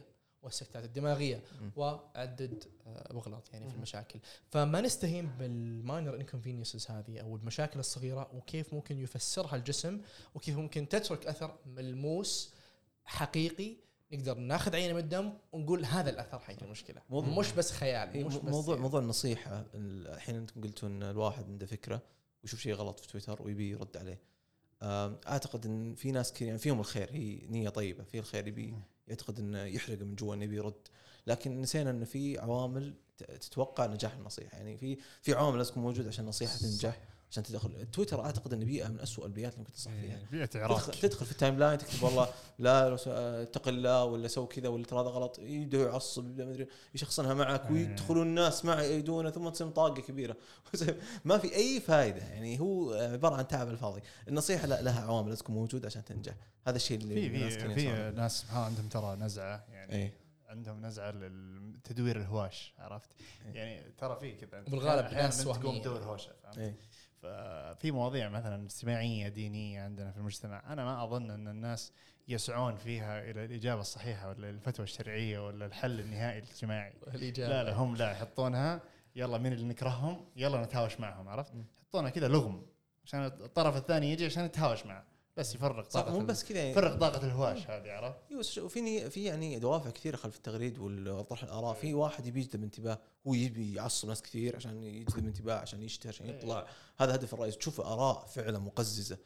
والسكتات الدماغيه وعدد بغلط يعني في المشاكل. فما نستهين بالماينر انكونفينينسز هذه او المشاكل الصغيره وكيف ممكن يفسرها الجسم وكيف ممكن تترك اثر ملموس حقيقي نقدر ناخذ عينه من الدم ونقول هذا الاثر حق المشكله مش بس خيال. مش بس موضوع النصيحه. الحين انتم قلتوا ان الواحد عنده فكره ويشوف شيء غلط في تويتر ويبي يرد عليه. اعتقد ان في ناس كثير يعني فيهم الخير، هي نيه طيبه في الخير، يبي يعتقد انه يحرق من جوا انه يبي يرد، لكن نسينا انه في عوامل تتوقع نجاح النصيحه. يعني في عوامل لازم تكون موجود عشان النصيحه تنجح، عشان تدخل تويتر. اعتقد ان بيئه من أسوأ البيئات اللي ممكن تصح فيها. بيئه اعراض. تدخل في التايم لاين تكتب والله لا اتق الله ولا سوي كذا ولا ترى هذا غلط، يبدا يعصب يبدا ما ادري يشخصنها معك ويدخلون الناس معه يدونه ثم تصير طاقه كبيره ما في اي فائده. يعني هو عباره عن تعب الفاضي. النصيحه لها عوامل لازم تكون موجود عشان تنجح. هذا الشيء اللي في ناس عندهم ترى نزعه يعني ايه. عندهم نزعه للتدوير الهواش، عرفت؟ يعني ترى في كذا بالغالب ناس تقوم تدور هوشه، فهمت؟ ففي مواضيع مثلا اجتماعيه دينيه عندنا في المجتمع، انا ما اظن ان الناس يسعون فيها الى الاجابه الصحيحه ولا الفتوى الشرعيه ولا الحل النهائي الاجتماعي. لا هم لا يحطونها يلا مين اللي نكرههم يلا نتهاوش معهم، عرفت؟ يحطونها كذا لغم عشان الطرف الثاني يجي عشان يتهاوش معه بس يفرغ طاقه، مو بس كذا يفرغ طاقه الهواش هذه، عرفت؟ وفي يعني دوافع كثيره خلف التغريد وطرح الاراء. في واحد يبي يجذب انتباه، هو يبي يعصب ناس كثير عشان يجذب انتباه، عشان يشتهر، عشان يطلع. هذا هدف الرئيس. تشوف اراء فعلا مقززه،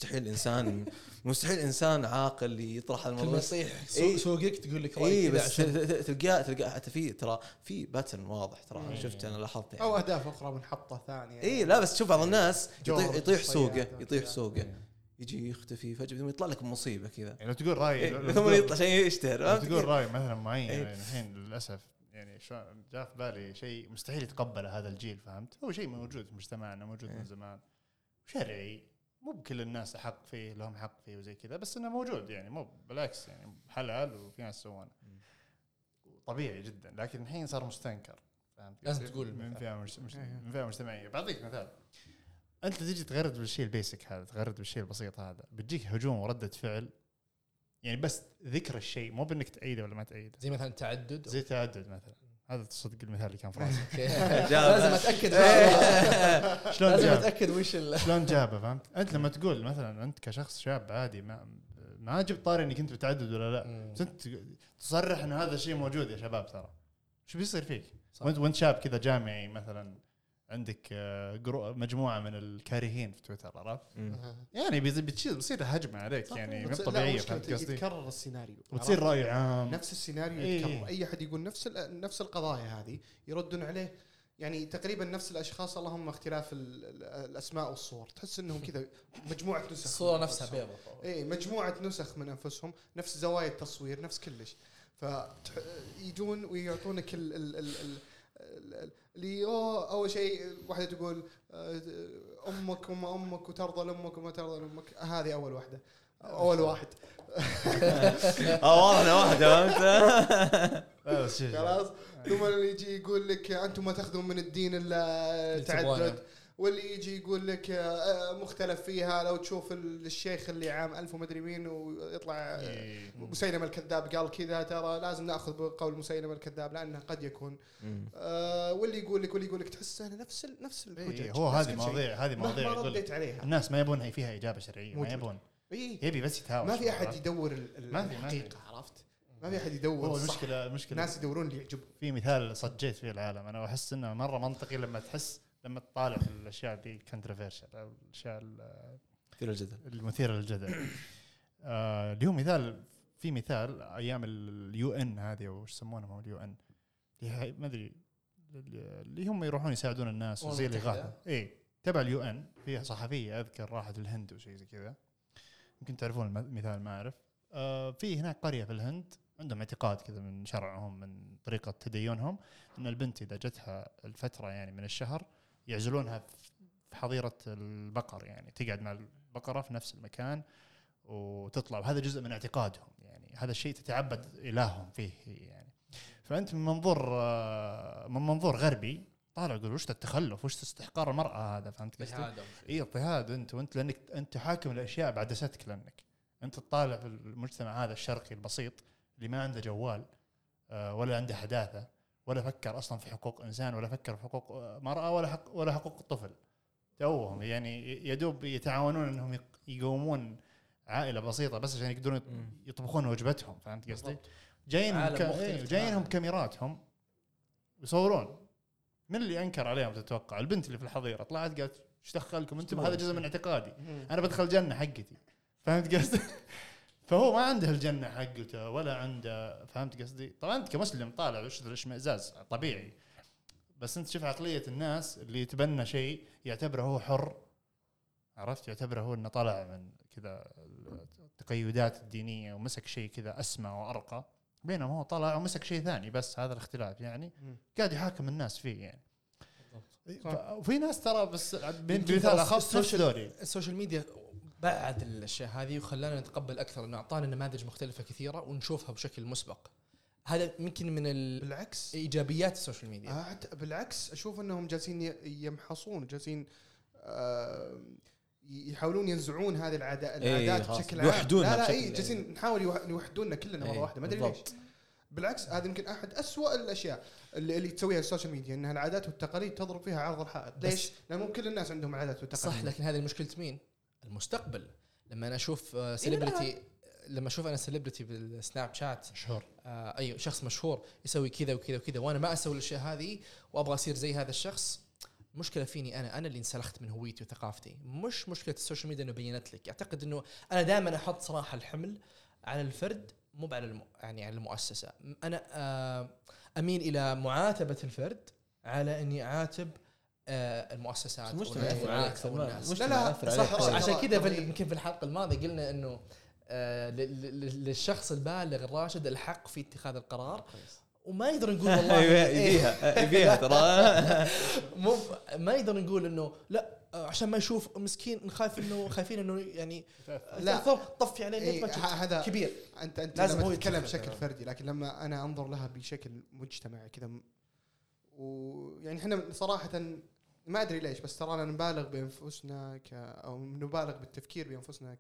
مستحيل انسان عاقل يطرح الموضوع. يصيح سوقك تقول لك رايك كذا، بس تلقى حتى في ترى في باترن واضح. ترى شفت انا لاحظت يعني. او اهداف اخرى منحطه ثانيه. لا بس شوف بعض الناس يطيح سوقه يجي يختفي فجأة يطلع لك مصيبة كذا. يعني لو تقول رأي ثم يطلع شيء يشتهر. لو تقول رأي مثلا معين يعني الحين للأسف يعني شو جاء في بالي شيء مستحيل يتقبله هذا الجيل، فهمت؟ هو شيء موجود في مجتمعنا، موجود من زمان، شرعي، مو بكل الناس حق فيه لهم حق فيه وزي كذا، بس انه موجود يعني، مو بالعكس يعني حلال وفي ناس يسوونه طبيعي جدا. لكن الحين صار مستنكر، فهمت؟ لازم تقول من فئة مجتمعية. بعطيك مثال، انت تجي تغرد بالشيء البيسك هذا، تغرد بالشيء البسيط هذا، بتجيك هجوم وردة فعل يعني بس ذكر الشيء، مو بانك تأيده ولا ما تأيده. زي مثلا تعدد مثلا، هذا تصدق المثال اللي كان في راسي. لازم اتاكد شلون لازم اتاكد وش شلون جابه، فهمت؟ انت لما تقول مثلا انت كشخص شاب عادي ما جبت طاري انك انت بتعدد ولا لا، بس انت تصرح ان هذا الشيء موجود يا شباب، ترى شو بيصير فيك وانت شاب كذا جامعي مثلا، عندك مجموعة من الكارهين في تويتر، عرفت؟ يعني بتصير هجمة عليك يعني مو طبيعية. يتكرر السيناريو وتصير رأي عام، نفس السيناريو يتكرر. أي أحد يقول نفس القضايا هذه يردون عليه يعني تقريبا نفس الأشخاص، اللهم اختلاف الأسماء والصور. تحس إنهم كذا مجموعة نسخ، الصورة نفسها بيضة، مجموعة نسخ من أنفسهم، نفس زوايا التصوير، نفس كلش. فيجون ويعطونك اللي أول شيء واحدة تقول أمك وما أمك وترضى لأمك وما ترضى لأمك، هذه أول واحدة، أول واحد. أنا واحدة خلاص. ثم اللي يجي يقول لك أنتم ما تأخذون من الدين إلا التعدد، واللي يجي يقول لك مختلف فيها. لو تشوف الشيخ اللي عام 1000 ومدري مين ويطلع مسيلمة الكذاب قال كذا، ترى لازم نأخذ بقول مسيلمة الكذاب لأنه قد يكون واللي يقول لك تحس أنا نفس الحجج. هو هذه مواضيع ما رديت عليها. الناس ما يبون فيها إجابة شرعية، ما يبون، يبي بس يتهاوش. ما في أحد يدور الحقيقة، عرفت؟ ما في أحد يدور. هو المشكلة الناس يدورون اللي يعجبهم. في مثال صجيت فيه العالم، أنا أحس إنه مرة منطقي لما تطالع في الأشياء دي controversial أو الأشياء المثيرة للجدل. اليوم مثال أيام UN هذه وش يسمونها UN ما أدري، اللي هم يروحون يساعدون الناس وزي الإغاثة. تبع UN، في صحفية أذكر راحت الهند وشيء زي كذا، يمكن تعرفون المثال، ما أعرف. في هناك قرية في الهند عندهم اعتقاد كذا من شرعهم، من طريقة تدينهم، أن البنت إذا جتها الفترة يعني من الشهر يعزلونها في حظيرة البقر، يعني تقعد مع البقرة في نفس المكان وتطلع، وهذا جزء من اعتقادهم، يعني هذا الشيء تتعبد إلههم فيه يعني. فأنت من منظور غربي طالع يقول وش التخلف، وش استحقار المرأة هذا، فهمت قصدي؟ اضطهاد انت لانك انت حاكم الاشياء بعد ستك، لانك انت تطالع في المجتمع هذا الشرقي البسيط اللي ما عنده جوال، ولا عنده حداثه، ولا فكر اصلا في حقوق انسان، ولا فكر في حقوق مرأة، ولا حقوق الطفل. توهم يعني يدوب يتعاونون انهم يقومون عائله بسيطه بس عشان يقدرون يطبخون وجبتهم. فهمت قصدي؟ جايينهم كاميراتهم يصورون. من اللي انكر عليهم تتوقع؟ البنت اللي في الحظيره طلعت قالت ايش دخلكم انتم، هذا جزء من اعتقادي، انا بدخل الجنه حقتي. فهمت قصدي؟ فهو ما عنده الجنه حقته ولا عنده. فهمت قصدي؟ طبعا انت كمسلم طالع وش الاشمئزاز طبيعي، بس انت شوف عقليه الناس اللي يتبنى شيء يعتبره هو حر، عرفت؟ يعتبره هو انه طالع من كذا التقيدات الدينيه ومسك شيء كذا اسمى وارقى، بينما هو طلع ومسك شيء ثاني. بس هذا الاختلاف يعني قاعد يحاكم الناس فيه يعني. وفي ناس ترى بس بمثال اخص السوشيال ميديا بعد الاشياء هذه وخلانا نتقبل اكثر، انه اعطانا نماذج مختلفه كثيره ونشوفها بشكل مسبق. هذا يمكن من بالعكس ايجابيات السوشيال ميديا. بالعكس اشوف انهم جالسين يمحصون، جالسين يحاولون ينزعون هذه العادات بشكل عام. لا جالسين نحاول يوحدوننا كلنا مره واحده، ما ادري ليش. بالعكس هذا يمكن احد أسوأ الاشياء اللي تسويها السوشيال ميديا، انها العادات والتقاليد تضرب فيها عرض الحائط. ليش؟ لانه مو كل الناس عندهم عادات وتقاليد. صح، لكن هذه مشكله مين؟ المستقبل. لما انا اشوف سيلبرتي، لما اشوف انا سيلبرتي بالسناب شات مشهور، اي شخص مشهور يسوي كذا وكذا وكذا، وانا ما اسوي الاشياء هذه وابغى اصير زي هذا الشخص، المشكله فيني انا اللي انسلخت من هويتي وثقافتي، مش مشكله السوشيال ميديا انه بينت لك. اعتقد انه انا دائما احط صراحه الحمل على الفرد مو على يعني على المؤسسه. انا اميل الى معاتبه الفرد على اني اعاتب المؤسسات والناس. لا صح. عشان كذا يمكن في الحلقه الماضيه قلنا انه للشخص البالغ الراشد الحق في اتخاذ القرار، وما يقدر نقول والله يبيها ترى مو ما يقدر نقول انه لا عشان ما يشوف مسكين خايفين انه يعني لا طفي عليه هذا كبير. انت لازم هو يتكلم بشكل فردي، لكن لما انا انظر لها بشكل مجتمعي كذا، ويعني احنا صراحه ما ادري ليش، بس ترانا نبالغ بانفسنا او نبالغ بالتفكير بانفسنا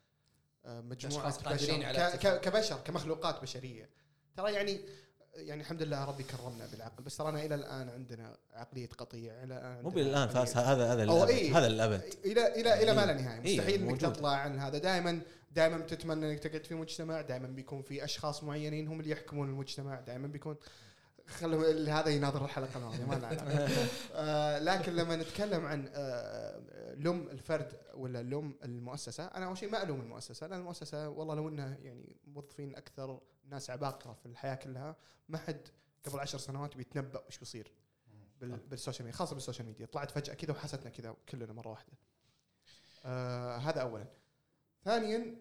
كمجموعه بشر، كبشر، كمخلوقات بشريه. ترى يعني الحمد لله ربي كرمنا بالعقل، بس ترانا الى الان عندنا عقليه قطيع. مو بالان فاس هذا الابد الى ما لا نهايه. مستحيل انك تطلع عن هذا. دائما بتتمنى انك تقعد في مجتمع، دائما بيكون في اشخاص معينين هم اللي يحكمون المجتمع، دائما بيكون هذا يناظر الحلقه الماضيه ما لنا. لكن لما نتكلم عن لوم الفرد ولا لوم المؤسسه، انا اول شيء ما الوم المؤسسه، لان المؤسسه والله لو انها يعني موظفين اكثر ناس عباقره في الحياه كلها، ما حد قبل 10 سنوات بيتنبأ ايش بيصير بالسوشيال ميديا، خاصه بالسوشيال ميديا. طلعت فجاه كذا وحستنا كذا كلنا مره واحده. هذا اولا. ثانيا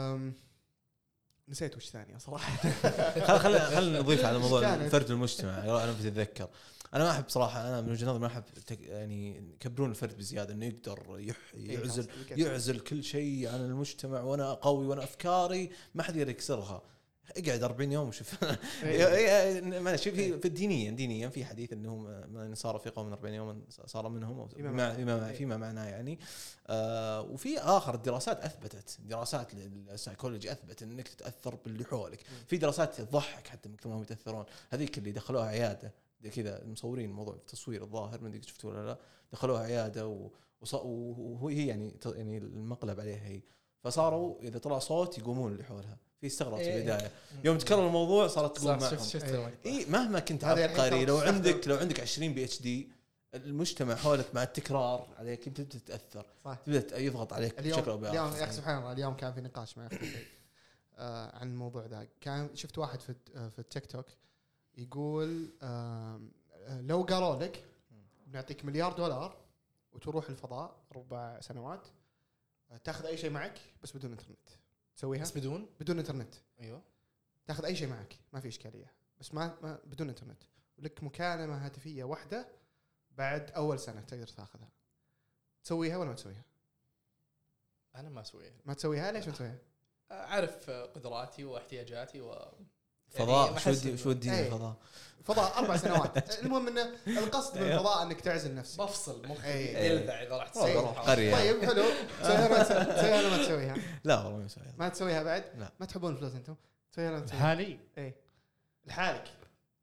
نسيت وش ثانية صراحة. خلينا نضيف على موضوع الفرد والمجتمع. أنا بتذكر أنا ما أحب صراحة، أنا من وجهة نظري ما أحب يعني يكبرون الفرد بزيادة، إنه يقدر يعزل كل شيء عن المجتمع، وأنا قوي وأنا أفكاري ما حد يقدر يكسرها. اقعد 40 يوم وشوف. ما شوف في دينيا في حديث انهم من صار في قوم 40 يوم صار منهم فيما معناه يعني. وفي اخر الدراسات اثبتت، دراسات السايكولوجي اثبت انك تتاثر باللي حولك. في دراسات تضحك حتى من كثر ما هم يتاثرون. هذيك اللي دخلوها عياده كذا مصورين موضوع التصوير الظاهر، من ديك شفتوا ولا لا، دخلوها عياده وهي يعني المقلب عليها هي، فصاروا اذا طلع صوت يقومون اللي حولها. في استغربت في البدايه يوم تكرر الموضوع صارت تقوم معهم. مهما كنت عبقري، لو عندك 20 PhD المجتمع حولك مع التكرار عليك تبدا تتاثر، تبدا يضغط عليك بشكل او باخر. اليوم يا اخي سبحان الله، اليوم كان في نقاش مع اختي عن الموضوع ذا. كان شفت واحد في التيك توك يقول لو قالوا لك بنعطيك $1 مليار وتروح الفضاء 4 سنوات، تاخذ اي شيء معك بس بدون انترنت، تسويها بس بدون انترنت. ايوه تاخذ اي شيء معك ما في اشكاليه، بس ما بدون انترنت، ولك مكالمه هاتفيه واحده بعد اول سنه تقدر تاخذها. تسويها ولا ما تسويها؟ انا ما اسويها. ما تسويها؟ ليش ما تسويها؟ اعرف قدراتي واحتياجاتي فضاء شو الدين فضاء 4 سنوات. المهم ان القصد من الفضاء انك تعزل نفسك، بفصل مخي يلذع اذا رحت قريه. طيب حلو، تسويها ولا ما تسويها؟ لا والله ما تسويها بعد. لا. ما تحبون الفلوس انتم؟ تسويها ولا الحالي؟ اي لحالك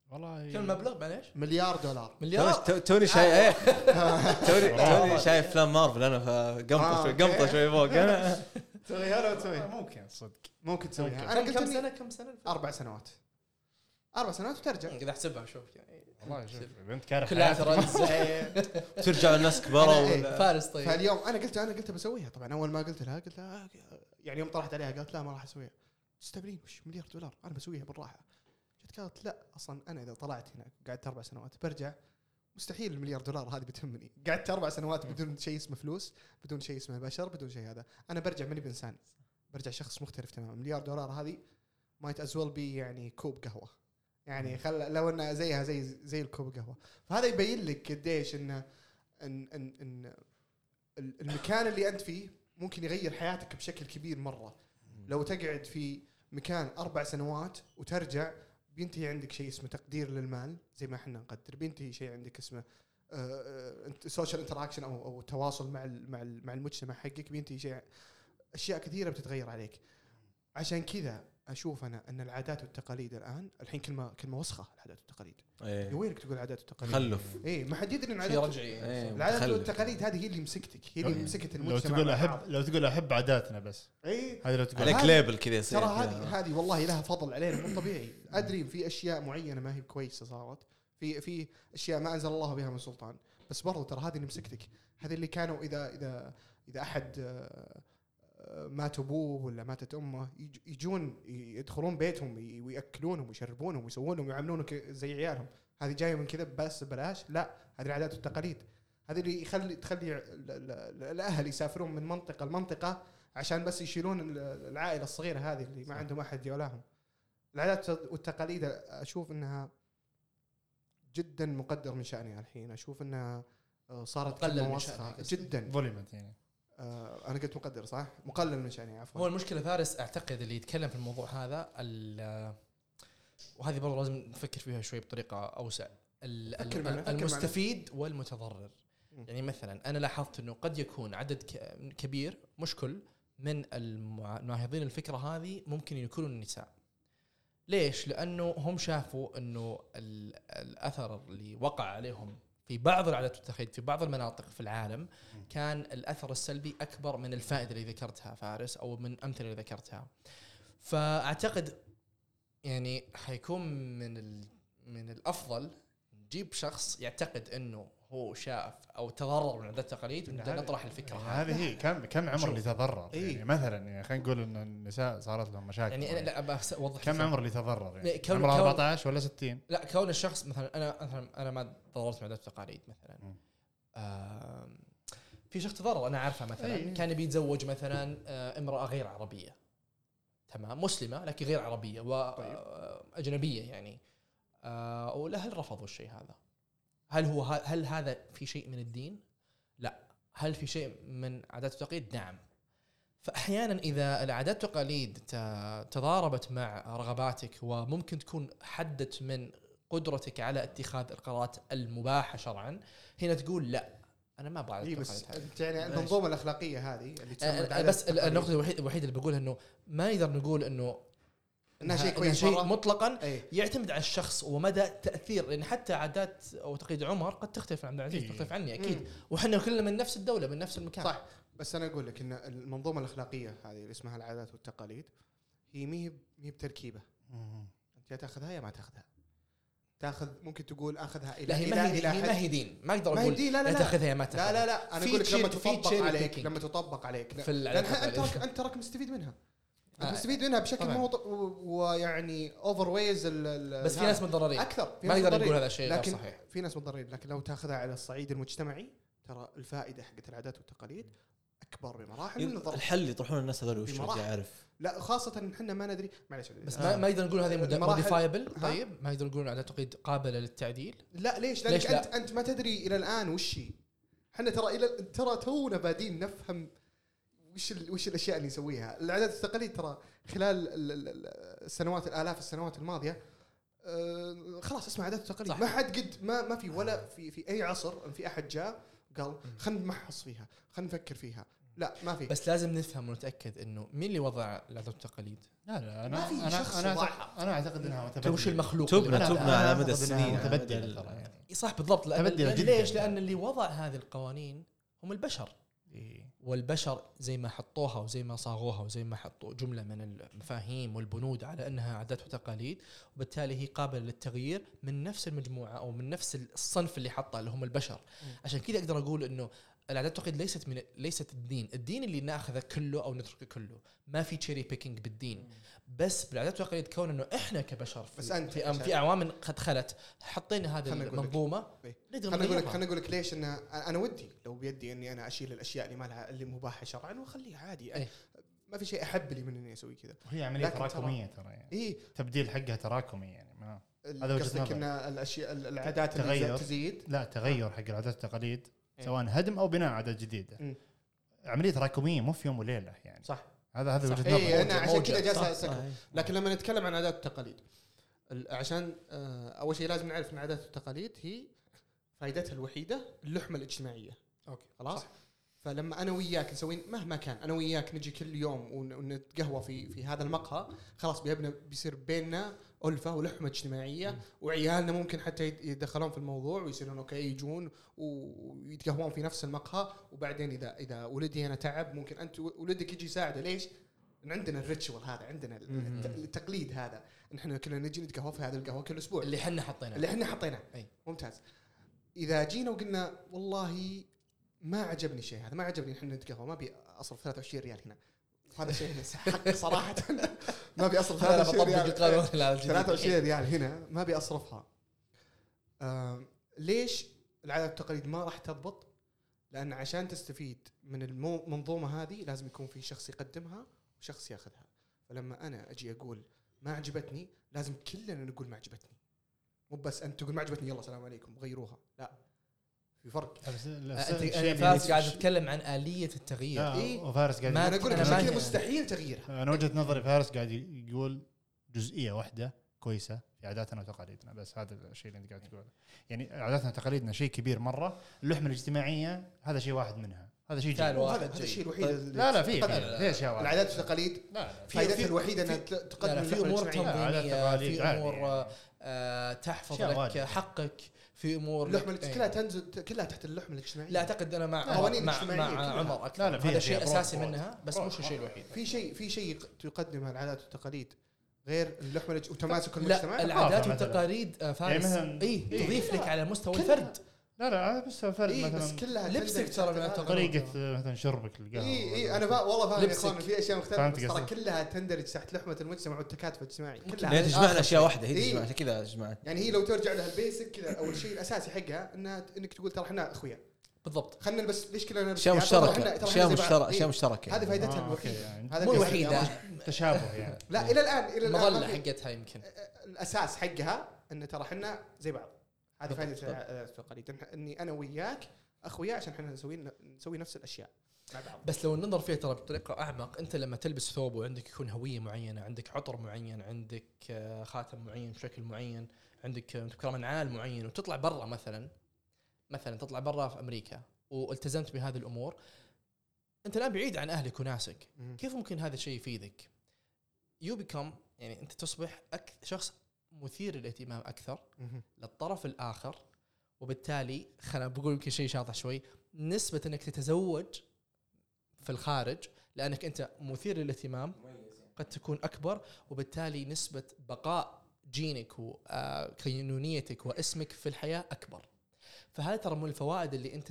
والله كم المبلغ معليش؟ مليار دولار. مليار. توني شايف توني شايف افلام مارفل انا فقمطه شوي فوق انا. تسويها لو تسويها ممكن صدق ممكن تسويها. ممكن. انا قلت كم إني سنه كم سنه 4 سنوات 4 سنوات وترجع. كذا احسبها شوف يعني والله شوف بنت كاره كلها حياتك. ترى ترجع الناس كبروا أنا إيه. ولا فارس. طيب فاليوم انا قلت بسويها. طبعا اول ما قلت لها يعني يوم طرحت عليها قالت لا ما راح اسويها. تستبرين وش مليار دولار انا بسويها بالراحه. جت قالت لا اصلا انا اذا طلعت هنا قعدت 4 سنوات برجع مستحيل المليار دولار هذه بتهمني. قعدت 4 سنوات بدون شيء اسمه فلوس بدون شيء اسمه بشر بدون شيء. هذا انا برجع ماني بانسان برجع شخص مختلف تماما. مليار دولار هذه ما يتأزول بي يعني كوب قهوه يعني لو انها زيها زي الكوب قهوه. فهذا يبين لك قديش ان المكان اللي انت فيه ممكن يغير حياتك بشكل كبير مره. لو تقعد في مكان 4 سنوات وترجع بينتهي عندك شيء اسمه تقدير للمال زي ما احنا نقدر. بينتهي شيء عندك اسمه سوشيال انتراكشن او تواصل مع المجتمع حقك. بينتهي شيء اشياء كثيره بتتغير عليك. عشان كذا اشوف انا ان العادات والتقاليد الحين كلمه وسخه. العادات والتقاليد إيه. وينك تقول عادات والتقاليد؟ خلف اي ما حد يدري ان في العادات رجعي العادات والتقاليد هذه هي اللي مسكتك. هي اللي مسكت المجتمع. لو تقول احب عاداتنا بس اي هذه لو تقول عليك ليبل كذا يصير ترى هذه والله لها فضل علينا مو طبيعي. ادري في اشياء معينه ما هي كويسه صارت في اشياء ما انزل الله بها من سلطان. بس برضو ترى هذه اللي مسكتك. هذه اللي كانوا اذا احد مات ابوه ولا ماتت امه يجون يدخلون بيتهم وياكلونهم ويشربونهم ويسوونهم ويعاملونهم زي عيالهم. هذه جايه من كذا بس بلاش. لا هذه العادات والتقاليد. هذه اللي تخلي الاهل يسافرون من منطقه لمنطقه عشان بس يشيلون العائله الصغيره هذه اللي ما عندهم احد يولاهم. العادات والتقاليد اشوف انها جدا مقدر من شأنها الحين. اشوف انها صارت مقلل من شأنها جدا. فوليمنت يعني انا قلت مقدر صح مقلل من شأنها عفوا. هو المشكله فارس اعتقد اللي يتكلم في الموضوع هذا وهذه برضه لازم نفكر فيها شوي بطريقه اوسع. المستفيد والمتضرر. يعني مثلا انا لاحظت انه قد يكون عدد كبير مش كل من المناهضين الفكره هذه ممكن يكونوا النساء. ليش؟ لانه هم شافوا انه الاثر اللي وقع عليهم في بعض العادات والتقاليد في بعض المناطق في العالم كان الاثر السلبي اكبر من الفائده اللي ذكرتها فارس او من امثله اللي ذكرتها. فاعتقد يعني حيكون من الافضل نجيب شخص يعتقد انه هو شاف او تضرر من عادات التقاليد ونبدا نطرح الفكره هذه هي. كم عمر اللي تضرر يعني مثلا يعني خلينا نقول ان النساء صارت لهم مشاكل يعني لا اوضح كم عمر اللي تضرر يعني عمره 14 ولا 60. لا كون الشخص مثلا انا ما تضررت من عادات التقاليد مثلا في شخص تضرر انا عارفه مثلا كان بيتزوج مثلا امراه غير عربيه تمام مسلمه لكن غير عربيه واجنبيه يعني والاهل رفضوا الشيء هذا. هل هذا في شيء من الدين؟ لا. هل في شيء من عادات التقاليد؟ نعم. فأحيانا إذا العادات والتقاليد تضاربت مع رغباتك وممكن تكون حدت من قدرتك على اتخاذ القرارات المباحة شرعا هنا تقول لا أنا ما أبغى بس يعني المنظومة الأخلاقية هذه اللي تسمى بس النقطة الوحيدة اللي بقولها إنه ما نقدر نقول إنه انها شيء كويس شيء مطلقا أيه. يعتمد على الشخص ومدى تاثير لان حتى عادات او تقاليد عمر قد تختلف عن عبد العزيز تختلف عني اكيد وحنا كلنا من نفس الدوله من نفس المكان صح. بس انا اقول لك ان المنظومه الاخلاقيه هذه اللي اسمها العادات والتقاليد هي مي بتركيبه. انت يا تاخذها يا ما تاخذها. تاخذ ممكن تقول اخذها الى هي ما هي دين ما اقدر اقول لا تاخذها يا ما تاخذها. لا انا اقول لك لما تطبق عليك انت راك مستفيد منها. مستفيد منها بشكل مو ويعني اوفر ويز بس في ناس متضررين اكثر. ما نقدر نقول هذا الشيء غير صحيح. في ناس متضررين لكن لو تاخذها على الصعيد المجتمعي ترى الفائده حقت العادات والتقاليد اكبر بمراحل من الضرر. الحل يطرحون الناس هذول وش يعرف. لا خاصه ان احنا ما ندري معلش بس ما نقدر نقول هذه موديفايبل. طيب ما نقدر نقول عادات والتقاليد قابله للتعديل. لا ليش لانك انت ما تدري الى الان وش هي. احنا ترى تونا بادين نفهم وش الاشياء اللي نسويها. العادات والتقاليد ترى خلال السنوات الالاف السنوات الماضيه خلاص اسمها عادات والتقاليد. ما حد قد ما في ولا في اي عصر في احد جاء قال خلينا نمحص فيها خلينا نفكر فيها لا ما في. بس لازم نفهم ونتاكد انه مين اللي وضع العادات والتقاليد. لا ما في شخص انا اعتقد انها متبدله. وش المخلوق تبنى اللي- تبنى على مدى السنين متبدله ترى يعني. صح بالضبط. تبدل جداً. ليش؟ لان اللي وضع هذه القوانين هم البشر، والبشر زي ما حطوها وزي ما صاغوها وزي ما حطوا جملة من المفاهيم والبنود على أنها عادات وتقاليد، وبالتالي هي قابلة للتغيير من نفس المجموعة أو من نفس الصنف اللي حطه اللي هم البشر. عشان كذا أقدر أقول أنه العادات والتقاليد ليست الدين اللي ناخذه كله أو نتركه كله. ما في تشيري بيكينج بالدين، بس بالعادات والتقاليد كون أنه إحنا كبشر بس أنت في أعوام قد خلت حطينا هذه المنظومة. خلينا أقول لك ليش أنا ودي لو بيدي إني أنا أشيل الأشياء اللي ما لها اللي مباحة شرعا وأخليها عادي. أي. ما في شيء أحب لي من إني أسوي كذا. وهي عمليه تراكميه ترى يعني. إيه تبديل حقها تراكمي يعني. ما هذا وجهة قصدك نظر. إن الأشياء العادات تغير. اللي تزيد. لا تغير حق العادات والتقاليد إيه. سواء هدم او بناء عادات جديده. عمليه تراكميه مو في يوم وليله يعني. صح. هذا صح. وجهه إيه نظر. أنا عشان كذا جالس صح. أسكت. لكن لما نتكلم عن عادات والتقاليد عشان أول شيء لازم نعرف أن العادات والتقاليد هي فائدتها الوحيدة اللحمة الاجتماعية. أوكي. خلاص. صح. فلما أنا وياك نسوي مهما كان أنا وياك نجي كل يوم ونتقهوى في هذا المقهى، خلاص بيصير بيننا ألفة ولحمة اجتماعية. وعيالنا ممكن حتى يدخلون في الموضوع ويصيرون أوكي يجون ويتقهوون في نفس المقهى. وبعدين إذا ولدي أنا تعب ممكن أنت ولدك يجي يساعده. ليش؟ إن عندنا الريتشوال هذا، عندنا التقليد هذا، نحن كلنا نجي نتقهوى في هذا القهوة كل أسبوع اللي حنا حطيناه. أي. ممتاز. إذا جينا وقلنا والله ما عجبني شيء هذا، ما عجبني إحنا نتقهوى، ما بي أصرف 23 ريال هنا. هذا شيء حق صراحة ما بي أصرف 23 ريال. 23 ريال هنا ما بي أصرفها. ليش العادات والتقاليد ما راح تضبط؟ لأن عشان تستفيد من المنظومة هذه لازم يكون في شخص يقدمها وشخص ياخذها. فلما أنا أجي أقول ما عجبتني لازم كلنا نقول ما عجبتني، مو بس أنت تقول ما عجبتني يلا السلام عليكم غيروها. لا، في فرق. فارس قاعد يتكلم عن آلية التغيير. إيه؟ وفارس قاعد أنا أقول أنا لك مستحيل تغييرها. أنا وجهة نظري فارس قاعد يقول جزئية واحدة كويسة في عاداتنا وتقاليدنا، بس هذا الشيء اللي أنت قاعد تقوله. يعني عاداتنا وتقاليدنا شيء كبير مرة، اللحمة الاجتماعية هذا شيء واحد منها، هذا شيء هذا الشيء الوحيد. لا في أشياء واحد. العادات والتقاليد فائدتها الوحيدة أنها تقدم في أمور تنظيمية، في أمور تحفظ لك حقك، في أمور اللحمة كلها تنزل كلها تحت اللحمة الاجتماعية. لا أعتقد أنا مع عمر أكثر. لا هذا شيء أساسي منها، بس مش الشيء الوحيد. في شيء تقدمها العادات والتقاليد غير اللحمة وتماسك المجتمع. لا العادات والتقاليد فارس تضيف لك على مستوى الفرد. لا بس فرد مثلا بس كلها لبسك ترى طريقة مثلا شربك القهوة. اي انا والله فاهم يا اخوان في اشياء مختلفه بس ترى كلها تندرج تحت لحمه المجتمع والتكاتف الاجتماعي لا كلها. تجمعنا اشياء واحده، هي تجمعنا كذا جماعه. يعني هي لو ترجع لها البيسك كذا اول شيء الاساسي حقها انك تقول ترى احنا اخويا. بالضبط. خلينا بس ليش كلنا اشياء مشتركه، اشياء مشتركه. هذه فائدتها الوحيده. هذا مو الوحيده، تشابه يعني. لا الى الان المظله حقتها يمكن الاساس حقها ان ترى احنا زي بعض. هذه فائده التقاليد، اني انا وياك اخويا عشان احنا نسوي نفس الاشياء مع بعض. بس لو ننظر فيها ترى بطريقه اعمق، انت لما تلبس ثوب وعندك يكون هويه معينه، عندك عطر معين، عندك خاتم معين بشكل معين، عندك كمان عال معين، وتطلع برا مثلا تطلع برا في امريكا والتزمت بهذه الامور، انت الان بعيد عن اهلك وناسك. كيف ممكن هذا الشيء يفيدك؟ يعني انت تصبح شخص مثير للاهتمام اكثر للطرف الاخر، وبالتالي خلنا بقول يمكن شيء شاطح شوي، نسبه انك تتزوج في الخارج لانك انت مثير للاهتمام قد تكون اكبر، وبالتالي نسبه بقاء جينك وكينونيتك واسمك في الحياه اكبر. فهذا ترى من الفوائد اللي انت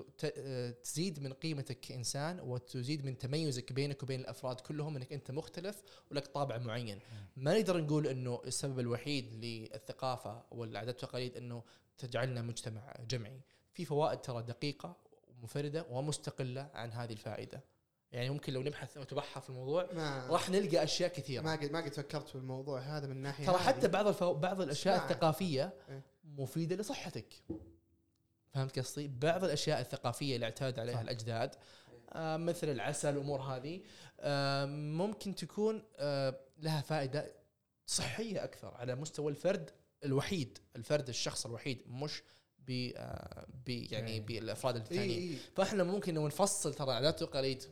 تزيد من قيمتك كإنسان وتزيد من تميزك بينك وبين الأفراد كلهم، انك انت مختلف ولك طابع معين. ما نقدر نقول انه السبب الوحيد للثقافة والعادات والتقاليد انه تجعلنا مجتمع جمعي. في فوائد ترى دقيقة ومفردة ومستقلة عن هذه الفائدة. يعني ممكن لو نبحث وتبحث في الموضوع راح نلقى اشياء كثيرة. ما قد فكرت في الموضوع هذا من ناحية ترى حتى بعض الاشياء الثقافية مفيدة لصحتك. فهمت قصدي؟ بعض الأشياء الثقافية اللي اعتاد عليها الأجداد مثل العسل والأمور هذه ممكن تكون لها فائدة صحية أكثر على مستوى الفرد الوحيد، الشخص الوحيد، مش يعني بالافراد الثانيين. إيه. فاحنا ممكن لو نفصل ترى عادات وتقاليد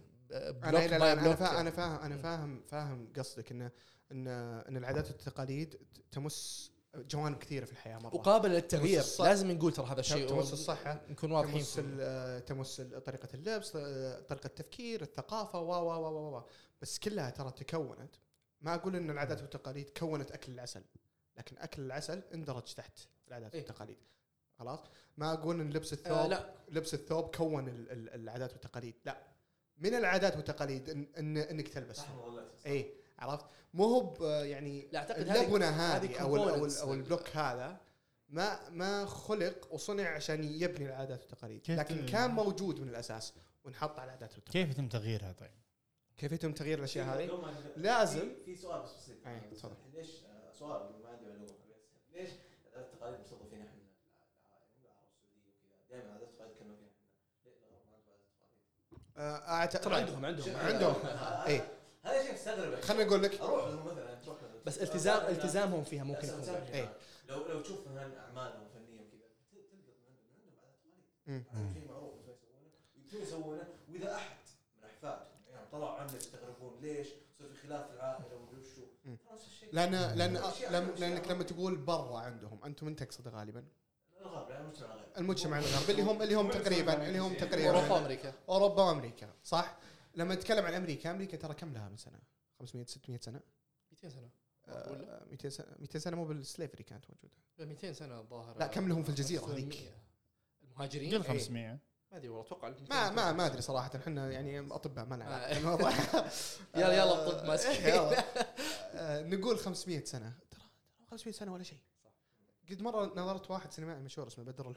انا فاهم قصدك ان العادات والتقاليد تمس جوانب كثيره في الحياه مره وقابل للتغيير. لازم نقول ترى هذا الشيء تمس الصحه، نكون واضحين، تمس طريقه اللبس، طريقه التفكير، الثقافه و بس كلها ترى تكونت. ما اقول ان العادات والتقاليد كونت اكل العسل، لكن اكل العسل اندرج تحت العادات والتقاليد. خلاص، ما اقول ان لبس الثوب لبس الثوب كون العادات والتقاليد، لا، من العادات والتقاليد انك تلبس. اي عرفت، مو هو يعني اللبنه هذه او البلوك هذا ما خلق وصنع عشان يبني العادات والتقاليد، لكن كان موجود من الاساس ونحط على العادات والتقاليد. كيف يتم تغييرها؟ طيب كيف يتم تغيير الاشياء هذه؟ لازم في سؤال بس بسيط. تفضل. ليش سؤال ما عندي معلومه، ليش العادات والتقاليد مستضيفين احنا العرب السعوديه وكذا؟ دائما العادات والتقاليد كانوا فينا احنا، ليه الغرب ما عنده عادات اعتقد عندهم اي هذا شيء مستغرب. خليني اقول لك، اروح لهم مثلا بس التزامهم فيها ممكن يكون اي لو تشوف مثلا اعمالهم الفنيه وكذا تلقط من عندهم عادات تقاليد، شيء معروف يسوونه، واذا احد من احفاد يعني طلعوا عنه يستغربون ليش صار في خلاف في العائله ومدري وشو. نفس الشيء لانك لما تقول برا عندهم، انتم من تقصد غالبا الغرب، يعني المجتمع الغربي اللي هم تقريبا اوروبا وامريكا، صح؟ لما نتكلم عن امريكا ترى كم لها من سنه؟ 500 600 سنه، 200 سنه ولا 200 سنه مو بالسليفري كانت موجوده. 200 سنه الظاهر. لا، كم لهم في الجزيره هذيك المهاجرين؟ قل 500. ما ادري والله، اتوقع ما ادري صراحه، احنا يعني اطباء ما نعرف الموضوع. يلا الطب ماسك. نقول 500 سنه، ترى 500 سنه ولا شيء. قد مره نظرت واحد سينمائي مشهور اسمه بدر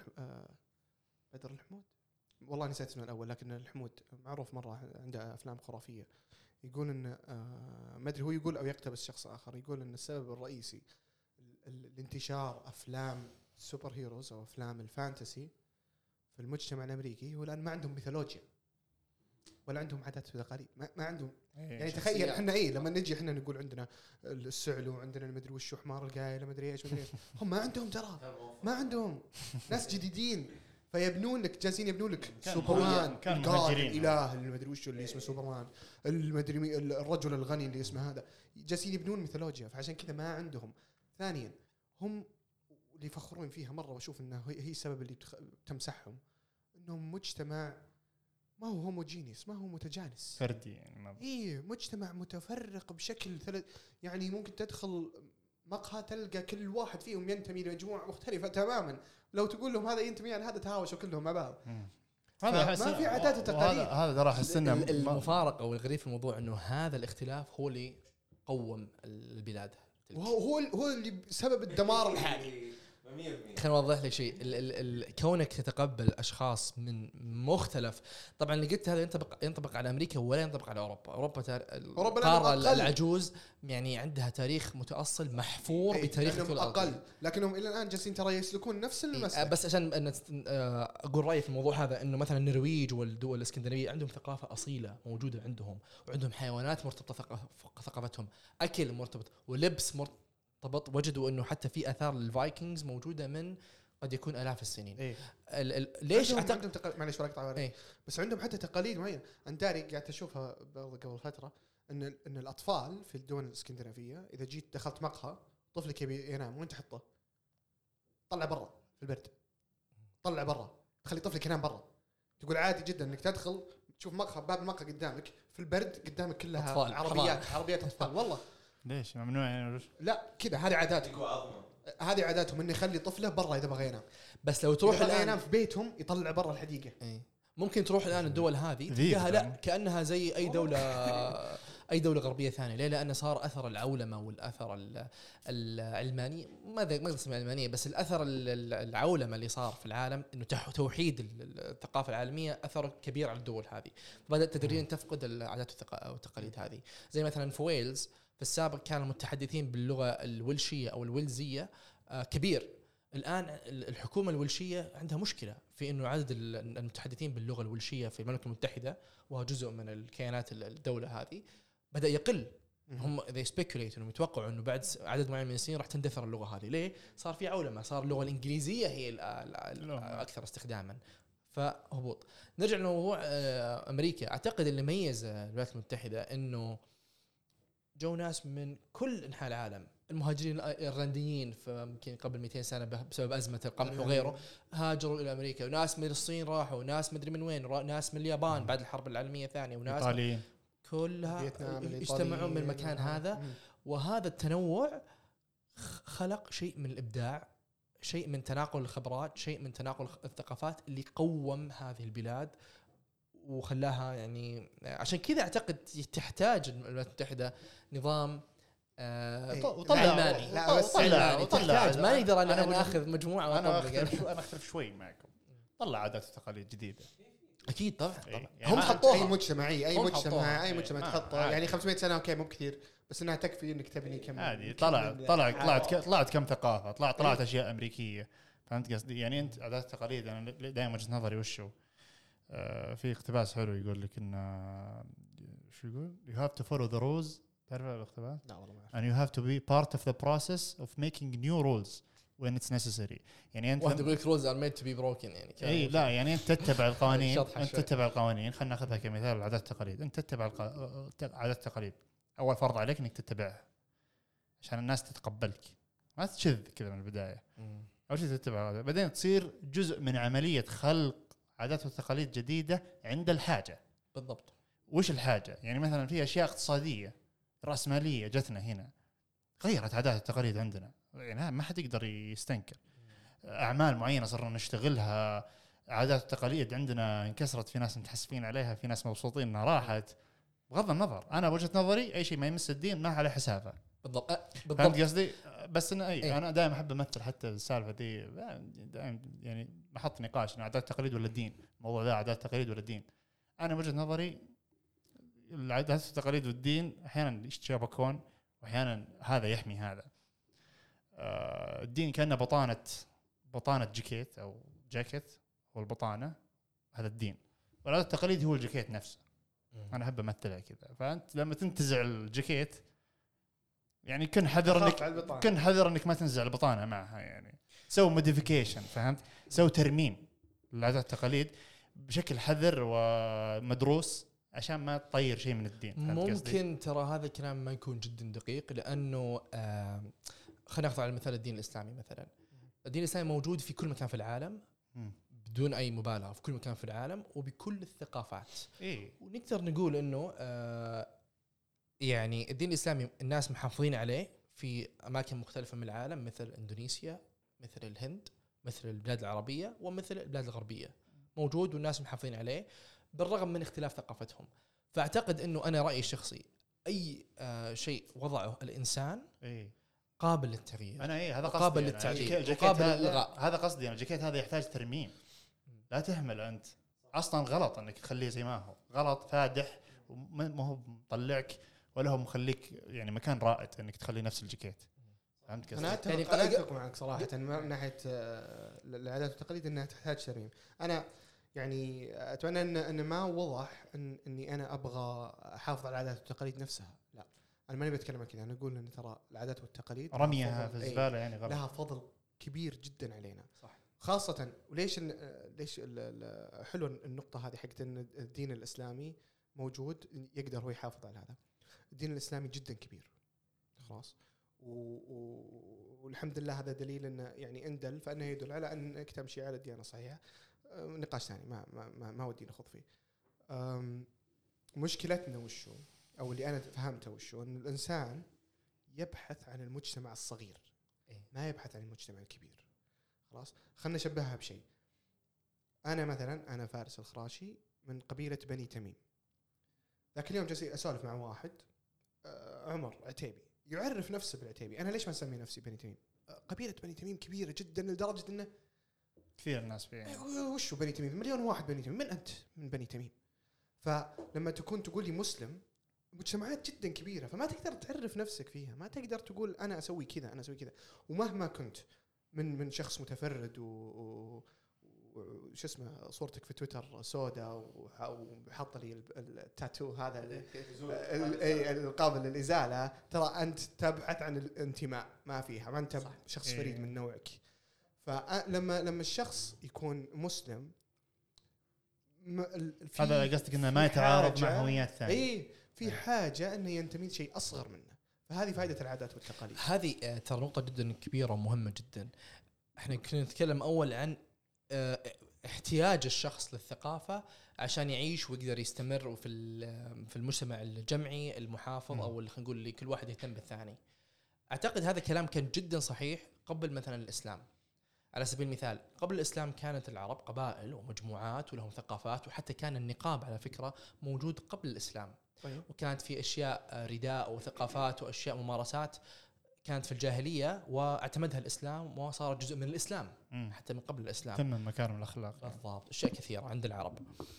الحمود، والله نسيت اسمه الاول، لكن الحمود معروف مره، عنده افلام خرافيه. يقول ان ما ادري هو يقول او يقتبس شخص اخر، يقول ان السبب الرئيسي لانتشار افلام السوبر هيروز او افلام الفانتسي في المجتمع الامريكي هو لان ما عندهم ميثولوجيا ولا عندهم عادات وتقاليد، ما عندهم. يعني تخيل احنا لما نجي احنا نقول عندنا السعل وعندنا المدري وش حمار القايله مدري ايش هم ما عندهم، ترى ما عندهم. ناس جديدين فيبنون لك، جالسين يبنون لك سوبرمان، الاله المدري وش اللي اسمه سوبرمان، المدري الرجل الغني اللي اسمه هذا، جالسين يبنون ميثولوجيا، فعشان كذا ما عندهم. ثانيا هم اللي يفخرون فيها مره، واشوف انه هي السبب اللي تمسحهم، انهم مجتمع ما هو هوموجينيس، ما هو متجانس، فردي يعني. مجتمع متفرق بشكل يعني ممكن تدخل مقهى تلقى كل واحد فيهم ينتمي لمجموعة مختلفة تماما، لو تقول لهم هذا ينتمي يعني هذا تهاوشوا كلهم مع بعض. هذا ما في عادات وتقاليد. هذا راح السنة المفارقة والغريب في الموضوع انه هذا الاختلاف هو اللي قوم البلاد، هو اللي سبب الدمار الحالي. خليني اوضح لك شيء. كونك تتقبل اشخاص من مختلف، طبعا اللي قلت هذا ينطبق على امريكا ولا ينطبق على اوروبا القاره العجوز يعني عندها تاريخ متاصل محفور بتاريخ اقل، لكنهم الى الان جالسين ترى يسلكون نفس المسلك. بس عشان اقول رايي في الموضوع هذا، انه مثلا النرويج والدول الاسكندنافيه عندهم ثقافه اصيله موجوده عندهم، وعندهم حيوانات مرتبطه ثقافتهم، اكل مرتبط ولبس مرتبط. وجدوا انه حتى في اثار الفايكنجز موجوده من قد يكون الاف السنين. ليش عندهم معليش ولا اقطع، بس عندهم حتى تقاليد معينه. انا داري قاعد اشوفها قبل فتره ان الاطفال في الدول الاسكندنافيه اذا جيت دخلت مقهى طفلك يبي ينام وين تحطه؟ طلع برا في البرد، طلع برا، تخلي طفلك ينام برا. تقول عادي جدا انك تدخل تشوف مقهى، باب المقهى قدامك في البرد، قدامك كلها أطفال. عربيات اطفال. والله ليش ممنوع يعني؟ لا كذا، هذه عاداتهم انه يخلي طفله برا اذا بغى ينام. بس لو تروح الان ينام في بيتهم يطلع برا الحديقه. ممكن تروح الان الدول هذه تلقاها لا كانها زي اي دوله غربيه ثانيه. ليه؟ لان صار اثر العولمه والاثر العلماني، ما اقدر اسميه علمانيه، بس الاثر العولمه اللي صار في العالم، انه توحيد الثقافه العالميه اثر كبير على الدول هذه، بدات تدريجيا تفقد العادات والتقاليد هذه. زي مثلا في ويلز في السابق كانوا متحدثين باللغه الولشيه او الويلزيه كبير. الان الحكومه الولشيه عندها مشكله في انه عدد المتحدثين باللغه الولشيه في المملكه المتحده، وهو جزء من الكيانات الدوله هذه، بدا يقل. هم they speculate انهم يتوقعوا انه بعد عدد معين من السنين راح تندثر اللغه هذه. ليه؟ صار في عولمه، صار اللغه الانجليزيه هي الاكثر استخداما، فهبوط. نرجع لموضوع امريكا. اعتقد اللي ميز الولايات المتحده انه جو ناس من كل انحاء العالم. المهاجرين الايرلنديين فممكن قبل 200 سنه بسبب ازمه القمح وغيره هاجروا الى امريكا، وناس من الصين راحوا، وناس مدري من وين، ناس من اليابان بعد الحرب العالميه الثانيه، وناس إيطاليين كلها يجتمعون من المكان هذا. وهذا التنوع خلق شيء من الابداع، شيء من تناقل الخبرات، شيء من تناقل الثقافات اللي قوم هذه البلاد وخلاها يعني. عشان كذا اعتقد تحتاج الولايات المتحدة نظام علماني. لا بس تحتاج، ما نقدر أنا ناخذ مجموعة. انا اختلف شوي معكم. طلع عادات وتقاليد جديده اكيد طبعا يعني هم حطوها. اي مجتمع تحطه يعني 500 سنه اوكي مو كثير، بس انها تكفي انك تبني كم عادي. طلعت كم ثقافه، طلعت اشياء امريكيه. فهمت قصدي؟ يعني انت عادات التقاليد انا دائما وجهه نظري وشو في اقتباس حلو يقول لك ان شو يقول you have to follow the rules. تعرف الاقتباس؟ لا والله ما اعرف. and you have to be part of the process of making new rules when it's necessary. يعني انت واحد يقول لك rules are made to be broken يعني اي لا يعني انت تتبع القوانين. انت تتبع القوانين. خلينا ناخذها كمثال العادات التقاليد. انت تتبع عادات التقاليد، اول فرض عليك انك تتبعها عشان الناس تتقبلك، ما تشذ كذا من البدايه. اول شيء تتبع، بعدين تصير جزء من عمليه خلق عادات وتقاليد جديده عند الحاجه. بالضبط. وش الحاجه؟ يعني مثلا في اشياء اقتصاديه رأسمالية جتنا هنا غيرت عادات التقاليد عندنا، يعني ما حد يقدر يستنكر. أعمال معينة صرنا نشتغلها، عادات التقاليد عندنا انكسرت، في ناس متحسفين عليها، في ناس مبسوطين انها راحت. بغض النظر، أنا بوجهة نظري أي شيء ما يمس الدين ما عليه حسابه. بالضبط. فهمت قصدي؟ بس أنا أنا دائما أحب أمثل حتى السالفة دي، دائما يعني بحط نقاش إنه عادات التقاليد ولا الدين. الموضوع ده عادات التقاليد ولا الدين. أنا بوجهة نظري العادات والتقاليد والدين احيانا يتشابكون، واحيانا هذا يحمي هذا. الدين كأنه بطانه جاكيت او جاكيت، هو البطانه هذا الدين، والعادات التقاليد هو الجاكيت نفسه. انا احب امثلها كذا. فانت لما تنتزع الجاكيت يعني كن حذر انك ما تنزع البطانه معها، يعني سوي موديفيكيشن. فهمت؟ سوي ترميم للعادات التقاليد بشكل حذر ومدروس عشان ما تطير شيء من الدين. ممكن ترى هذا الكلام ما يكون جدا دقيق، لأنه خلينا ناخذ على المثال الدين الإسلامي مثلا. الدين الإسلامي موجود في كل مكان في العالم بدون أي مبالغة، في كل مكان في العالم وبكل الثقافات. ونقدر نقول إنه يعني الدين الإسلامي الناس محافظين عليه في أماكن مختلفة من العالم، مثل إندونيسيا، مثل الهند، مثل البلاد العربية، ومثل البلاد الغربية موجود، والناس محافظين عليه بالرغم من اختلاف ثقافتهم. فأعتقد أنه أنا رأيي الشخصي أي شيء وضعه الإنسان قابل للتغيير. أنا هذا قابل للتعديل، قابل للإلغاء. هذا قصدي. أنا الجاكيت هذا يحتاج ترميم، لا تهمل. أنت أصلا غلط أنك تخليه زي ما هو، غلط فادح، وما هو مطلعك ولا هو مخليك يعني مكان رائد أنك تخلي نفس الجاكيت. فهمت أنا أتفق معك صراحة من ناحية العادات والتقاليد أنها تحتاج ترميم. أنا يعني أتمنى أن ما وضح أني أنا أبغى أحافظ على العادات والتقاليد نفسها. لا، أنا ماني بتكلم كذا. أنا أقول أن ترى العادات والتقاليد رميها في الزبالة يعني غلط. لها فضل كبير جدا علينا. صح. خاصة وليش ليش حلو النقطة هذه حقت أن الدين الإسلامي موجود يقدر هو يحافظ على هذا. الدين الإسلامي جدا كبير خلاص، والحمد لله هذا دليل أنه يعني اندل، فأنه يدل على أنك تمشي على الديانة صحيحة. نقاش ثاني ما ودي نخوض فيه. مشكلتنا وشو، أو اللي أنا فهمته وشو، أن الإنسان يبحث عن المجتمع الصغير، ما يبحث عن المجتمع الكبير. خلاص، خلنا نشبهها بشيء. أنا مثلا أنا فارس الخراشي من قبيلة بني تميم. ذاك اليوم جالس أسولف مع واحد عمر عتيبي، يعرف نفسه بالعتيبي. أنا ليش ما أسمي نفسي بني تميم؟ قبيلة بني تميم كبيرة جدا لدرجة أنه كثير الناس فيها. وشو بني تميم؟ مليون واحد بني تميم. من أنت؟ من بني تميم. فلما تكون تقول لي مسلم، مجتمعات جدا كبيرة، فما تقدر تعرف نفسك فيها، ما تقدر تقول أنا أسوي كذا أنا أسوي كذا. ومهما كنت من شخص متفرد وش اسمه صورتك في تويتر سودا وحط لي التاتو هذا القابل للازاله، ترى انت تبحث عن الانتماء، ما فيها، ما انت شخص فريد من نوعك. فلما الشخص يكون مسلم هذا قصدك انه ما يتعارض مع هويات ثانيه. في حاجه انه ينتمي لشيء اصغر منه، فهذه فائده العادات والتقاليد. هذه ترى نقطه جدا كبيره ومهمه جدا. احنا كنا نتكلم اول عن احتياج الشخص للثقافه عشان يعيش ويقدر يستمر في المجتمع الجمعي المحافظ، او اللي خلينا نقول اللي كل واحد يهتم بالثاني. اعتقد هذا الكلام كان جدا صحيح قبل مثلا الاسلام. على سبيل المثال قبل الإسلام كانت العرب قبائل ومجموعات ولهم ثقافات، وحتى كان النقاب على فكرة موجود قبل الإسلام. طيب. وكانت في أشياء رداء وثقافات وأشياء ممارسات كانت في الجاهلية واعتمدها الإسلام وصارت جزء من الإسلام حتى من قبل الإسلام. تم مكارم الأخلاق. بالضبط، أشياء كثيرة عند العرب.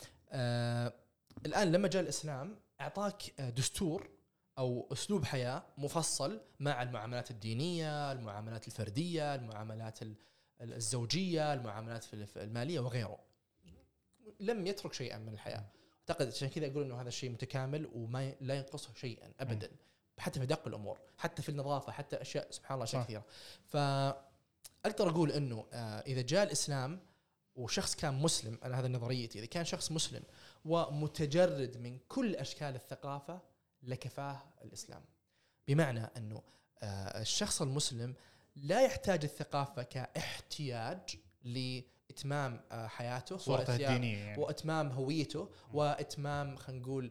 الآن لما جاء الإسلام أعطاك دستور أو أسلوب حياة مفصل مع المعاملات الدينية، المعاملات الفردية، المعاملات الزوجية، المعاملات المالية وغيره. لم يترك شيئا من الحياة. أعتقد عشان كذا أقول إنه هذا الشيء متكامل وما لا ينقصه شيئا أبدا، حتى في دق الأمور، حتى في النظافة، حتى أشياء سبحان الله أشياء كثيرة. فأقدر أقول إنه إذا جاء الإسلام وشخص كان مسلم، أنا هذا نظريتي، إذا كان شخص مسلم ومتجرد من كل أشكال الثقافة لكفاه الإسلام. بمعنى أنه الشخص المسلم لا يحتاج الثقافة كاحتياج لإتمام حياته صورته الدينية يعني. وإتمام هويته وإتمام خلينا نقول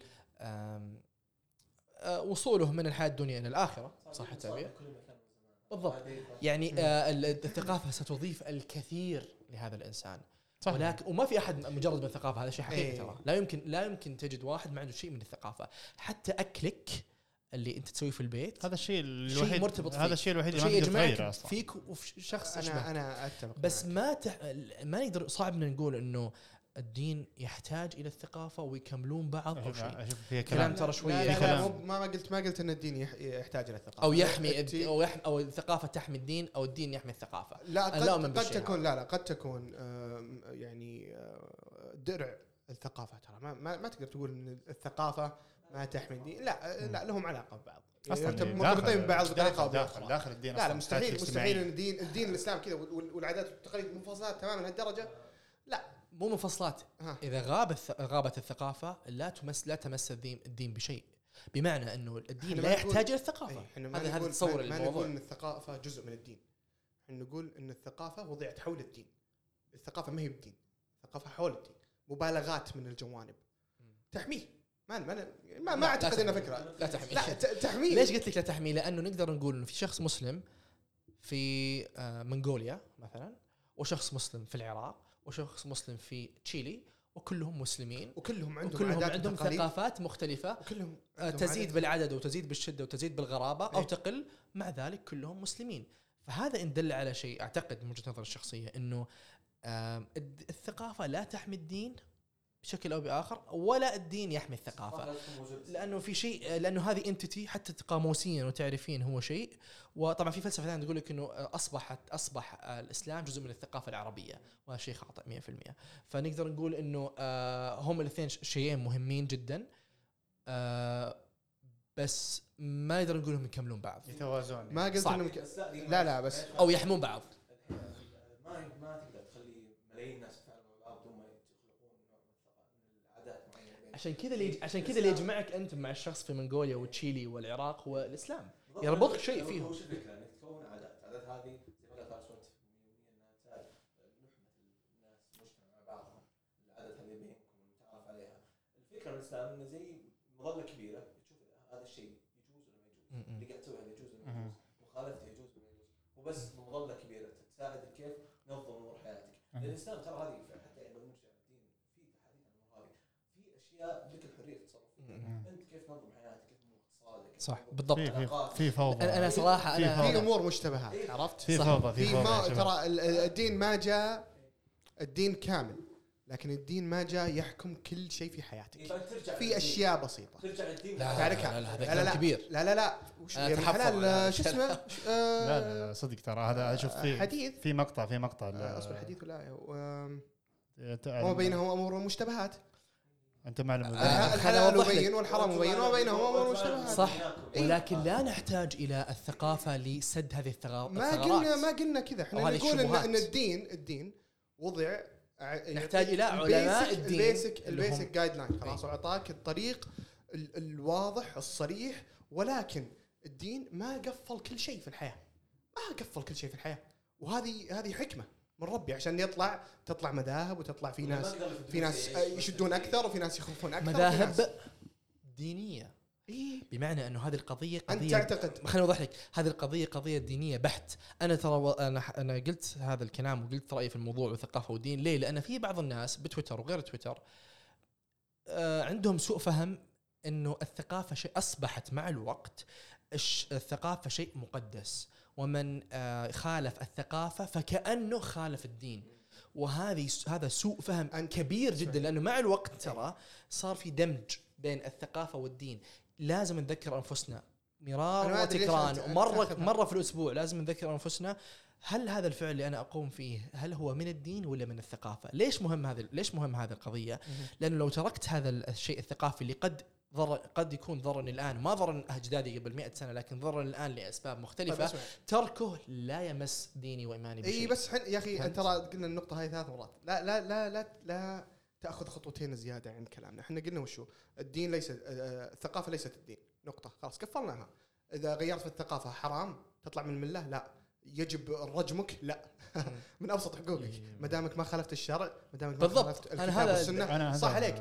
وصوله من الحياة الدنيا إلى الآخرة، صح التعبير؟ بالضبط. يعني الثقافة ستضيف الكثير لهذا الإنسان، صح. ولكن وما في أحد مجرد من الثقافة، هذا شيء حقيقي ترى. لا يمكن تجد واحد ما عنده شيء من الثقافة. حتى أكلك اللي انت تسويه في البيت هذا الشيء الوحيد، مرتبط هذا الشيء الوحيد اللي ما تقدر تغيره اصلا فيك وفي شخص انا اتفق بس ما نقدر، صعب ان نقول انه الدين يحتاج الى الثقافه ويكملون بعض او شيء. اشوف فيها كلام ترى شويه. لا ما قلت ان الدين يحتاج الى الثقافه او يحمي او الثقافه تحمي الدين او الدين يحمي الثقافه. لا قد تكون قد تكون يعني درع الثقافه. ترى ما تقدر تقول ان الثقافه ما تحمي الدين. لا لهم علاقه ببعض اصلا، مرتبطين ببعض بطريقه او باخرى داخل الدين. لا مستحيل ان الدين الاسلام كذا والعادات والتقاليد منفصلات تماما لهالدرجه. لا مو منفصلات. اذا غابت الثقافه لا تمس الدين بشيء. بمعنى انه الدين لا يحتاج الى الثقافه. هذا تصور الموضوع. ما نقول ان الثقافه جزء من الدين، نقول ان الثقافه وضعت حول الدين. الثقافه ما هي بالدين، الثقافه حول الدين، مبالغات من الجوانب تحميه. ما اعتقد انها فكره لا تحمي. لا تحميه. ليش قلت لك لا تحميه؟ لانه نقدر نقول انه في شخص مسلم في منغوليا مثلا، وشخص مسلم في العراق، وشخص مسلم في تشيلي، وكلهم مسلمين وكلهم عندهم ثقافات مختلفه، وكلهم تزيد بالعدد وتزيد بالشده وتزيد بالغرابه او تقل، مع ذلك كلهم مسلمين. فهذا إن دل على شيء أعتقد من وجهة نظري الشخصية إنه الثقافة لا تحمي الدين بشكل أو بآخر، ولا الدين يحمي الثقافة، لأنه في شيء، لأنه هذه انتيتي حتى قاموسيا وتعرفين هو شيء. وطبعا في فلسفة ثانية تقول لك إنه أصبح الإسلام جزء من الثقافة العربية، وهذا شيء خاطئ 100%. فنقدر نقول إنه هم الاثنين شيئين مهمين جدا، بس ما نقدر نقول انهم يكملون بعض، يتوازون. ما قلت انهم لا بس او يحمون بعض. ما تقدر تخلي ملايين الناس يتفاعلون مع بعض بدون ما يخلقون نوع من العادات معينه. عشان كذا اللي يجمعك انت مع الشخص في منغوليا وتشيلي والعراق هو الاسلام، يربطك شيء فيهم. وش الفكره؟ انك تكون عادات هذه زي ما قلت ارسطو انها تساعد لحمه الناس مجتمع مع بعضهم، العادات هذه بينكم والتعارف عليها. الفكره الاسلام انه زي مظله كبيره تشوف هذا الشيء يجوز ولا ما يجوز، اللي قاعد تسويه هذا يجوز ولا ما يجوز، مخالفته يجوز ولا ما يجوز، وبس مظله كبيره تساعدك كيف تنظم امور حياتك. الاسلام ترى هذه حتى يعني نرجع الدين في تحديد عن هذه، في اشياء لك الحريه تتصرف فيها، انت كيف تنظم حياتك، كيف تنظم اقتصادك. صح بالضبط. في فوضى. انا صراحه في امور مشتبهات، عرفت؟ في فوضى. ترى الدين ما جاء الدين كامل، لكن الدين ما جاء يحكم كل شيء في حياتك. في اشياء بسيطه ترجع للدين. لا هذا كبير. لا وش الحلال شو اسمه؟ لا صدق ترى هذا اشوف حديث في مقطع اصبر حديث ولا وما بينهما امور مشتبهات. انت معلم الحلال مبين والحرام مبين وما بينهما امور مشتبهات. صح، ولكن لا نحتاج الى الثقافه لسد هذه الثغرات. ما قلنا كذا، احنا نقول ان الدين وضع نحتاج الى علماء الدين البيسك جايد لاين، خلاص اعطاك الطريق الواضح الصريح، ولكن الدين ما قفل كل شيء في الحياه، ما قفل كل شيء في الحياه. وهذه حكمه من ربي عشان تطلع مذاهب، وتطلع في ناس يشدون اكثر وفي ناس يخوفون اكثر، مذاهب دينيه. بمعنى انه هذه القضيه انت تعتقد، خليني اوضح لك، هذه القضيه قضيه دينيه بحت. انا ترى انا قلت هذا الكلام وقلت رايي في الموضوع والثقافه والدين. ليه؟ لان في بعض الناس بتويتر وغير تويتر عندهم سوء فهم انه الثقافه شيء، اصبحت مع الوقت الثقافه شيء مقدس، ومن خالف الثقافه فكانه خالف الدين. هذا سوء فهم كبير جدا، لانه مع الوقت ترى صار في دمج بين الثقافه والدين. لازم نذكر انفسنا مرارا وتكرارا، مره في الاسبوع لازم نذكر انفسنا، هل هذا الفعل اللي انا اقوم فيه هل هو من الدين ولا من الثقافه؟ ليش مهم هذه القضيه؟ لانه لو تركت هذا الشيء الثقافي اللي قد يكون ضرني الان، ما ضرن اجدادي قبل 100 سنه، لكن ضرني الان لاسباب مختلفه، تركه لا يمس ديني وايماني بشيء. بس يا اخي ترى قلنا النقطه هاي 3 مرات. لا لا لا لا, لا تاخذ خطوتين زياده عن كلامنا. احنا قلنا وشو الدين ليس الثقافه ليست الدين، نقطه، خلاص كفلناها. اذا غيرت في الثقافه حرام تطلع من المله، لا يجب رجمك، لا من ابسط حقوقك ما دامك ما خالفت الشرع، ما دامك ما خالفت الكتاب والسنه، صح عليك.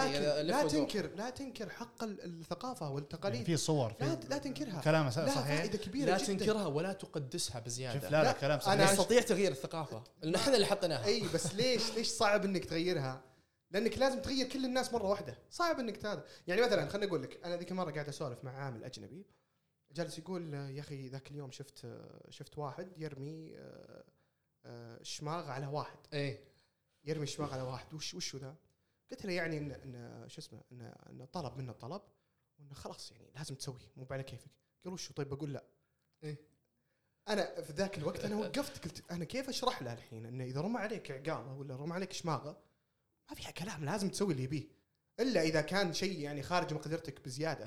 لا تنكر حق الثقافه والتقاليد، يعني في صور لا تنكرها، كلام صحيح، لا تنكرها ولا تقدسها بزياده. لا كلام صحيح. انا استطيع تغيير الثقافه اللي احنا اللي حطيناها. بس ليش صعب انك تغيرها؟ لانك لازم تغير كل الناس مره واحده، صعب انك هذا. يعني مثلا خليني اقول لك، انا ذيك مره قاعد اسولف مع عامل اجنبي، جالس يقول يا اخي ذاك اليوم شفت واحد يرمي شماغ على واحد. يرمي الشماغ على واحد، وش ذا؟ قلت له يعني ان شو اسمه، ان طلب منه طلب، وانه خلاص يعني لازم تسويه، مو على كيفك. قال وش؟ طيب بقول لا. انا في ذاك الوقت انا وقفت، قلت انا كيف اشرح له الحين انه اذا رمى عليك عقاله ولا رمى عليك شماغه ما فيها كلام، لازم تسوي اللي يبيه، الا اذا كان شيء يعني خارج مقدرتك بزياده.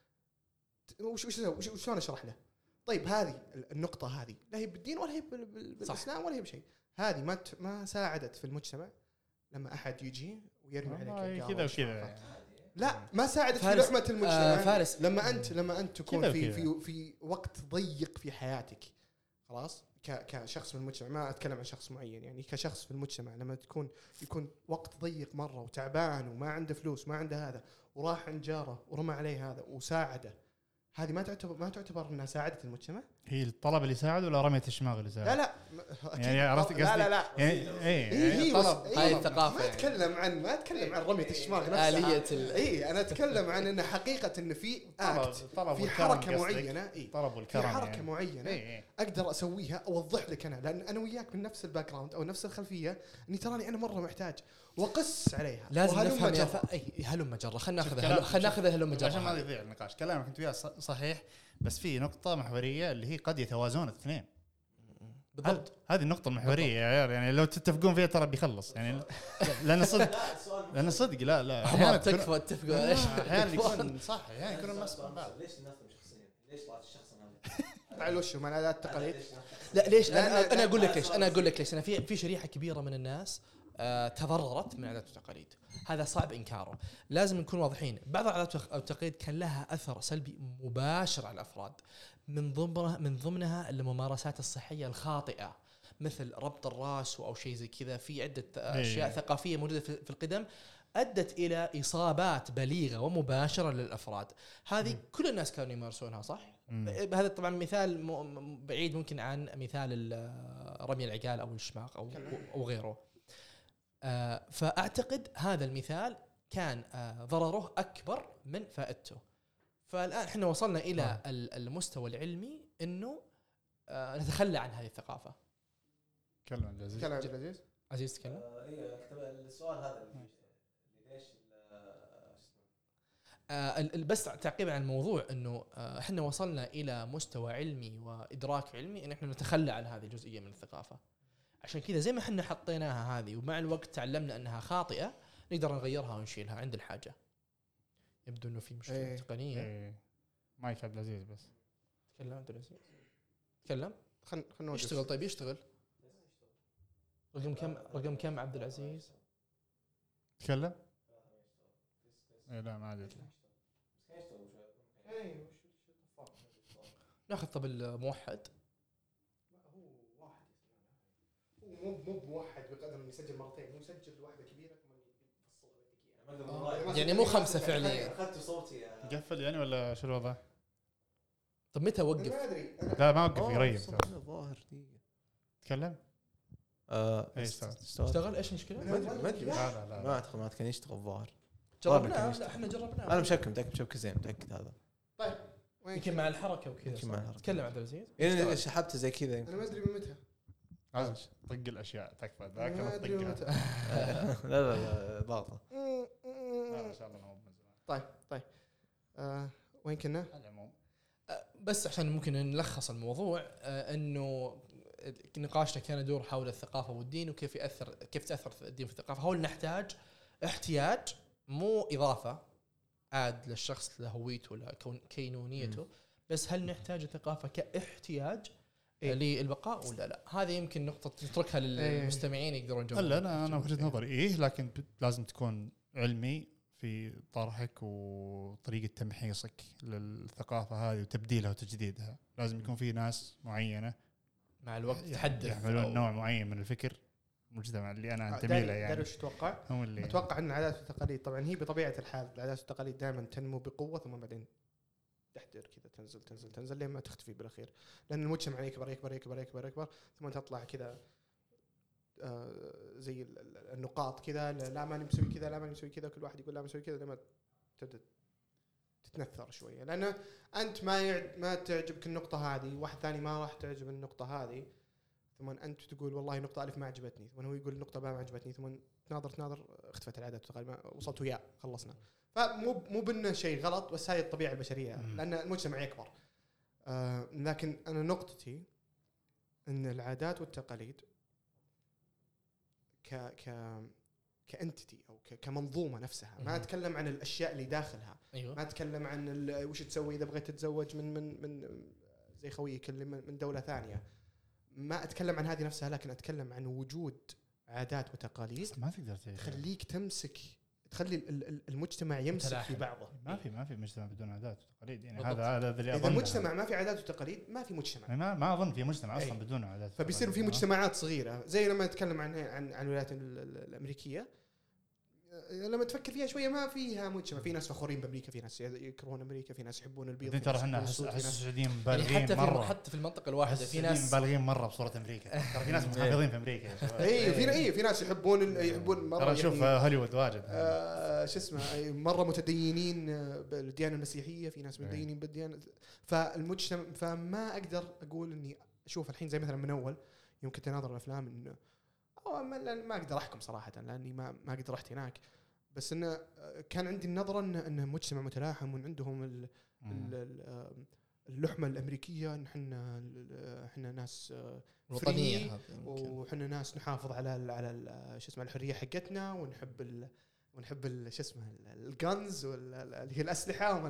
وش انا اشرح له؟ طيب هذه النقطه هذه لا هي بالدين ولا هي بالاسلام ولا هي بشيء. هذه ما ساعدت في المجتمع لما احد يجي ويرمي عليك كذا وكذا. لا ما ساعدت في لحمه المجتمع. فارس لما انت تكون في وقت ضيق في حياتك، خلاص كشخص من المجتمع، ما اتكلم عن شخص معين، يعني كشخص في المجتمع، لما يكون وقت ضيق مره وتعبان وما عنده فلوس، ما عنده هذا، وراح عند جاره ورمى عليه هذا وساعده، هذه ما تعتبر انها ساعدت المجتمع؟ هي الطلب اللي ساعد ولا رمية الشماغ اللي ساعد؟ لا يعني عرفت قصدي؟ لا يعني طلب. هاي الثقافه. ما اتكلم عن رمية الشماغ نفسها، آلية انا اتكلم عن ان حقيقه ان في في حركه معينه، طلب والكرم، في حركه معينه اقدر اسويها، اوضح لك انا، لان انا وياك من نفس الباك جراوند او نفس الخلفيه، اني تراني انا مره محتاج وقص عليها. لازم نفهم هلم جرة. خلينا ناخذ هلم جرة عشان ما يضيع النقاش. كلامك انت وياه صحيح، بس في نقطة محورية اللي هي قد يتوازون الاثنين. بالضبط، هذه النقطة المحورية يا عيال، يعني لو تتفقون فيها ترى بيخلص يعني. لأن صدق لا أحيانا تتفقوا ايش أحيانا يكون صح، يعني يكون الناس مع بعض. ليش الناس مش شخصيين؟ ليش طلعت الشخص هذا؟ تعال وشو ما انا التقاليد. لا ليش انا اقول لك ليش انا في شريحة كبيرة من الناس تضررت من عادات والتقاليد. هذا صعب إنكاره. لازم نكون واضحين، بعض العادات والتقاليد كان لها أثر سلبي مباشر على الأفراد، من ضمنها الممارسات الصحية الخاطئة، مثل ربط الرأس أو شيء زي كذا. في عدة أشياء ثقافية موجودة في القدم أدت إلى إصابات بليغة ومباشرة للأفراد. هذه كل الناس كانوا يمارسونها، صح؟ هذا طبعا مثال بعيد ممكن عن مثال رمي العقال أو الشماغ أو غيره. فأعتقد هذا المثال كان ضرره أكبر من فائدته. فالآن احنا وصلنا إلى المستوى العلمي إنه نتخلى عن هذه الثقافة. كلام عزيز. عزيز تكلم. السؤال هذا ليش بس تعقيبا عن الموضوع إنه احنا وصلنا إلى مستوى علمي وإدراك علمي إن احنا نتخلى عن هذه الجزئية من الثقافة، عشان كذا زي ما احنا حطيناها هذه ومع الوقت تعلمنا انها خاطئه، نقدر نغيرها ونشيلها عند الحاجه. يبدو انه في مشكله تقنيه. مايك عبد العزيز بس تكلم عبد العزيز، تكلم. خلنا يشتغل. طيب يشتغل. رقم كم عبد العزيز؟ تكلم. لا ما عاد يطلع. ناخذ طب الموحد. هو مو بموحد بقدر انه يسجل مرتين، هو يسجل واحده كبيره يعني مو 5 فعليا. اخذت صوتي قفل يعني ولا شو الوضع؟ طب متى وقف؟ ما ادري لا ما وقف يريب. ظاهر دقيقه تكلم. اشتغل. ايش المشكله؟ ما ادري لا ما اعتقد ما كان يشتغل الظاهر. جربناه. لا احنا جربناه. انا مشكك زين متاكد هذا. طيب يمكن مع الحركه وكذا. تكلم عبد العزيز. يعني سحبته زي كذا. انا ما ادري من متى. لازم طق الاشياء تكفى ذاك ما ادري من متى. لا ضغطه. ان شاء الله ما هو من زمان. طيب وين كنا؟ العموم بس عشان ممكن نلخص الموضوع، انه نقاشنا كان يدور حول الثقافه والدين وكيف تاثر الدين في الثقافه. هو نحتاج احتياج مو اضافه عاد للشخص لهويته لكينونيته، بس هل نحتاج الثقافه كاحتياج للبقاء ولا لا؟ هذه يمكن نقطه نتركها للمستمعين يقدرون يجاوبون. لا انا وجهة نظري لكن لازم تكون علمي في طرحك وطريقه تمحيصك للثقافه هذه وتبديلها وتجديدها. لازم يكون في ناس معينه مع الوقت تحدث يحملون نوع معين من الفكر المجتمع اللي انا انتمي له. يعني ايش تتوقع؟ اتوقع ان العادات والتقاليد طبعا هي بطبيعه الحال العادات والتقاليد دائما تنمو بقوه ثم بعدين تحتر كذا تنزل لين ما تختفي بالاخير، لان المجتمع يكبر ثم تطلع كذا زي النقاط كذا. لا ما نسوي كذا كل واحد يقول لا ما نسوي كذا لما تبدا تتنثر شويه، لانه انت ما تعجبك النقطه هذه، واحد ثاني ما راح تعجب النقطه هذه، ثم انت تقول والله نقطه الف ما عجبتني، ثم هو يقول النقطه باء ما عجبتني، ثم تناظر اختفت العادات والتقاليد، وصلتوا يا خلصنا. فمو بأنه شيء غلط، بس هاي الطبيعه البشريه لان المجتمع يكبر. لكن انا نقطتي ان العادات والتقاليد كأنتيتي او كمنظومه نفسها، ما اتكلم عن الاشياء اللي داخلها. أيوة. ما اتكلم عن وش تسوي اذا بغيت تتزوج من زي خويك اللي من دوله ثانيه، ما اتكلم عن هذه نفسها، لكن اتكلم عن وجود عادات وتقاليد ما تقدر تخليك تخلي المجتمع يمسك في بعضه. ما في مجتمع بدون عادات وتقاليد. يعني هذا اللي اذا المجتمع ما في عادات وتقاليد ما في مجتمع. ما اظن في مجتمع اصلا بدون عادات، فبيصير في مجتمعات صغيره زي لما نتكلم عن الولايات الامريكيه. لما تفكر فيها شويه ما فيها مجتمع. في ناس فخورين بامريكا، في ناس يكرهون امريكا، في ناس يحبون البيض. ترى احنا السعوديين يعني بالغين مره، حتى في المنطقه الواحده في ناس بالغين مره بصوره امريكا. ترى في ناس محافظين في امريكا. في ناس يحبون مره. ترى شوف هوليوود واجد شو اسمه مره متدينين بالديانه المسيحيه، في ناس متدينين بالديانه. فالمجتمع فما اقدر اقول اني اشوف الحين زي مثلا من اول يوم كنت اناظر الافلام انه ما اقدر احكم صراحه لاني ما قد رحت هناك، بس انه كان عندي النظره انه مجتمع متلاحم وان عندهم اللحمه الامريكيه، ان احنا ناس وطنيه وحنا ناس نحافظ على شو اسمه الحريه حقتنا، ونحب شو اسمه الجنز اللي هي الاسلحه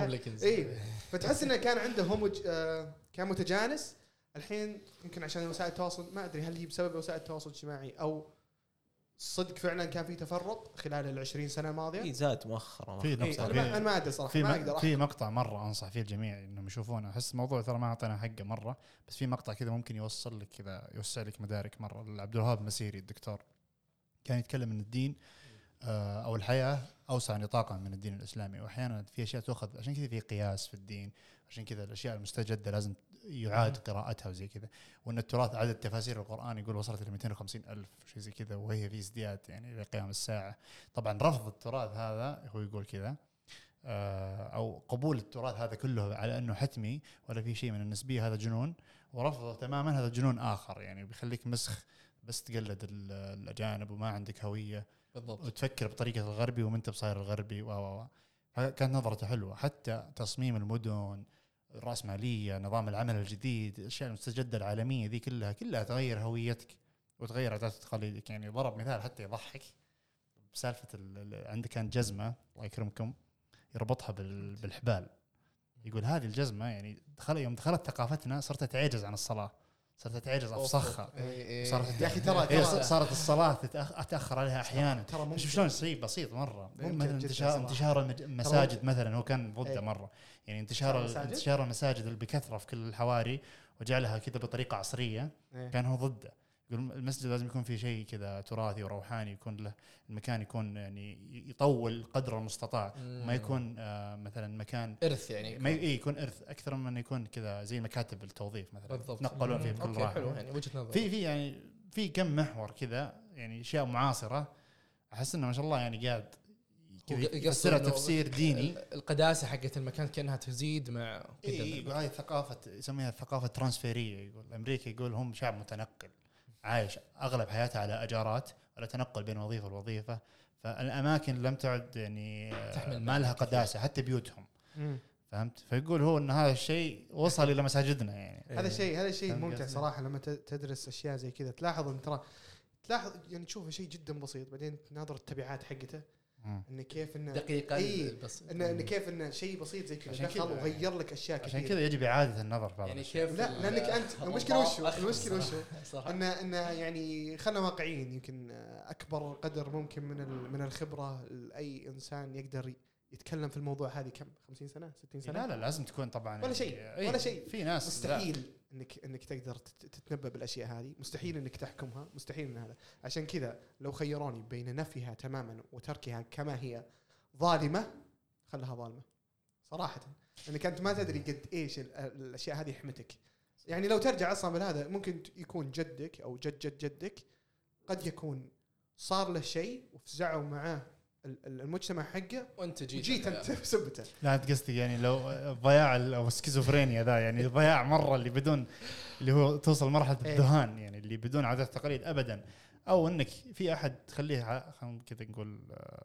فتحس انه كان عندهم كان متجانس. الحين يمكن عشان وسائل التواصل، ما ادري هل هي بسبب وسائل التواصل الاجتماعي او صدق فعلا كان في تفرق خلال 20 سنه الماضيه. في زاد مؤخرا. انا ما ادري صراحه، ما اقدر في مقطع مره انصح فيه الجميع انهم يشوفونه. احس الموضوع ترى ما اعطينا حقه مره، بس في مقطع كذا ممكن يوصل لك كذا، يوسع لك مدارك مره. عبد الوهاب مسيري الدكتور كان يتكلم ان الدين او الحياه اوسع نطاقا من الدين الاسلامي، واحيانا في اشياء تؤخذ عشان كذا في قياس في الدين، عشان كذا الاشياء المستجده لازم يعاد قراءتها وزي كذا. وان التراث عدد تفاسير القرآن يقول وصلت إلى 250,000 شيء زي كذا، وهي في ازدياد يعني لقيام الساعة. طبعا رفض التراث هذا هو يقول كذا أو قبول التراث هذا كله على أنه حتمي ولا في شيء من النسبية هذا جنون، ورفضه تماما هذا جنون آخر يعني بيخليك مسخ بس تقلد الأجانب وما عندك هوية بالضبط، وتفكر بطريقة الغربي ومنت بصاير الغربي كانت نظرته حلوة. حتى تصميم المدن، الرأسمالية، نظام العمل الجديد، الأشياء المستجدة العالمية ذي كلها تغير هويتك وتغير عادات وتقاليدك. يعني ضرب مثال حتى يضحك بسالفه عندك كان جزمه الله يكرمكم يربطها بالحبال. يقول هذه الجزمه يعني يوم دخلت ثقافتنا صرت تعجز عن الصلاه، صرت تعجز افسخها، صارت يا اخي ترى صارت الصلاه اتاخر عليها احيانا. ترى شلون شيء بسيط مره. ممكن مثلا انتشار المساجد مثلا هو كان ضده مره. يعني انتشار المساجد اللي بكثره في كل الحواري وجعلها كذا بطريقه عصريه كان هو ضده. يقول المسجد لازم يكون فيه شيء كذا تراثي وروحاني، يكون له المكان يكون يعني يطول قدر المستطاع، ما يكون مثلا مكان ارث يعني ما يكون ارث اكثر من يكون كذا زي مكاتب التوظيف مثلا نقلون فيه بكل راحه. حلو يعني وجهه نظر. في يعني في كم محور كذا يعني اشياء معاصره احس انه ما شاء الله يعني قاعد يفسرها تفسير ديني. القداسه حقت المكان كانها تزيد مع كذا. يقول هاي ثقافه يسميها الثقافه الترانسفيريه. يقول امريكا يقول هم شعب متنقل عايش اغلب حياته على اجارات ولا تنقل بين وظيفه ووظيفه، فالاماكن لم تعد يعني ما لها قداسه حتى بيوتهم. فهمت؟ فيقول هو ان هذا الشيء وصل الى مساجدنا. يعني هذا الشيء ممتع صراحه لما تدرس اشياء زي كذا. تلاحظ ان تلاحظ يعني تشوفه شيء جدا بسيط بعدين تناظر التبعات حقته ان كيف انه دقيقه بس ان كيف انه شيء بسيط زي كذا دخل وغير لك اشياء كثيره. عشان كذا يجب اعاده النظر في يعني كيف لا لانك انت المشكله وشو ان يعني خلنا واقعيين. يمكن اكبر قدر ممكن من الخبره لاي انسان يقدر يتكلم في الموضوع هذه كم 50 سنه 60 سنه. لا لازم تكون طبعا ولا شيء في ناس مستحيل انك تقدر تتنبأ بالاشياء هذه، مستحيل انك تحكمها، مستحيل من هذا. عشان كذا لو خيروني بين نفيها تماما وتركها كما هي ظالمه خلها ظالمه صراحه، انك انت ما تدري قد ايش الاشياء هذه حمتك. يعني لو ترجع اصلا من هذا ممكن يكون جدك او جدك قد يكون صار له شيء وفزعوا معاه المجتمع حقه وانت جيت انت سبته. لا انت قصدك يعني لو ضياع او سكيزوفرينيا ذا يعني ضياع مره اللي بدون اللي هو توصل مرحله الذهان يعني اللي بدون عادات تقاليد ابدا، او انك في احد تخليه خلينا كذا نقول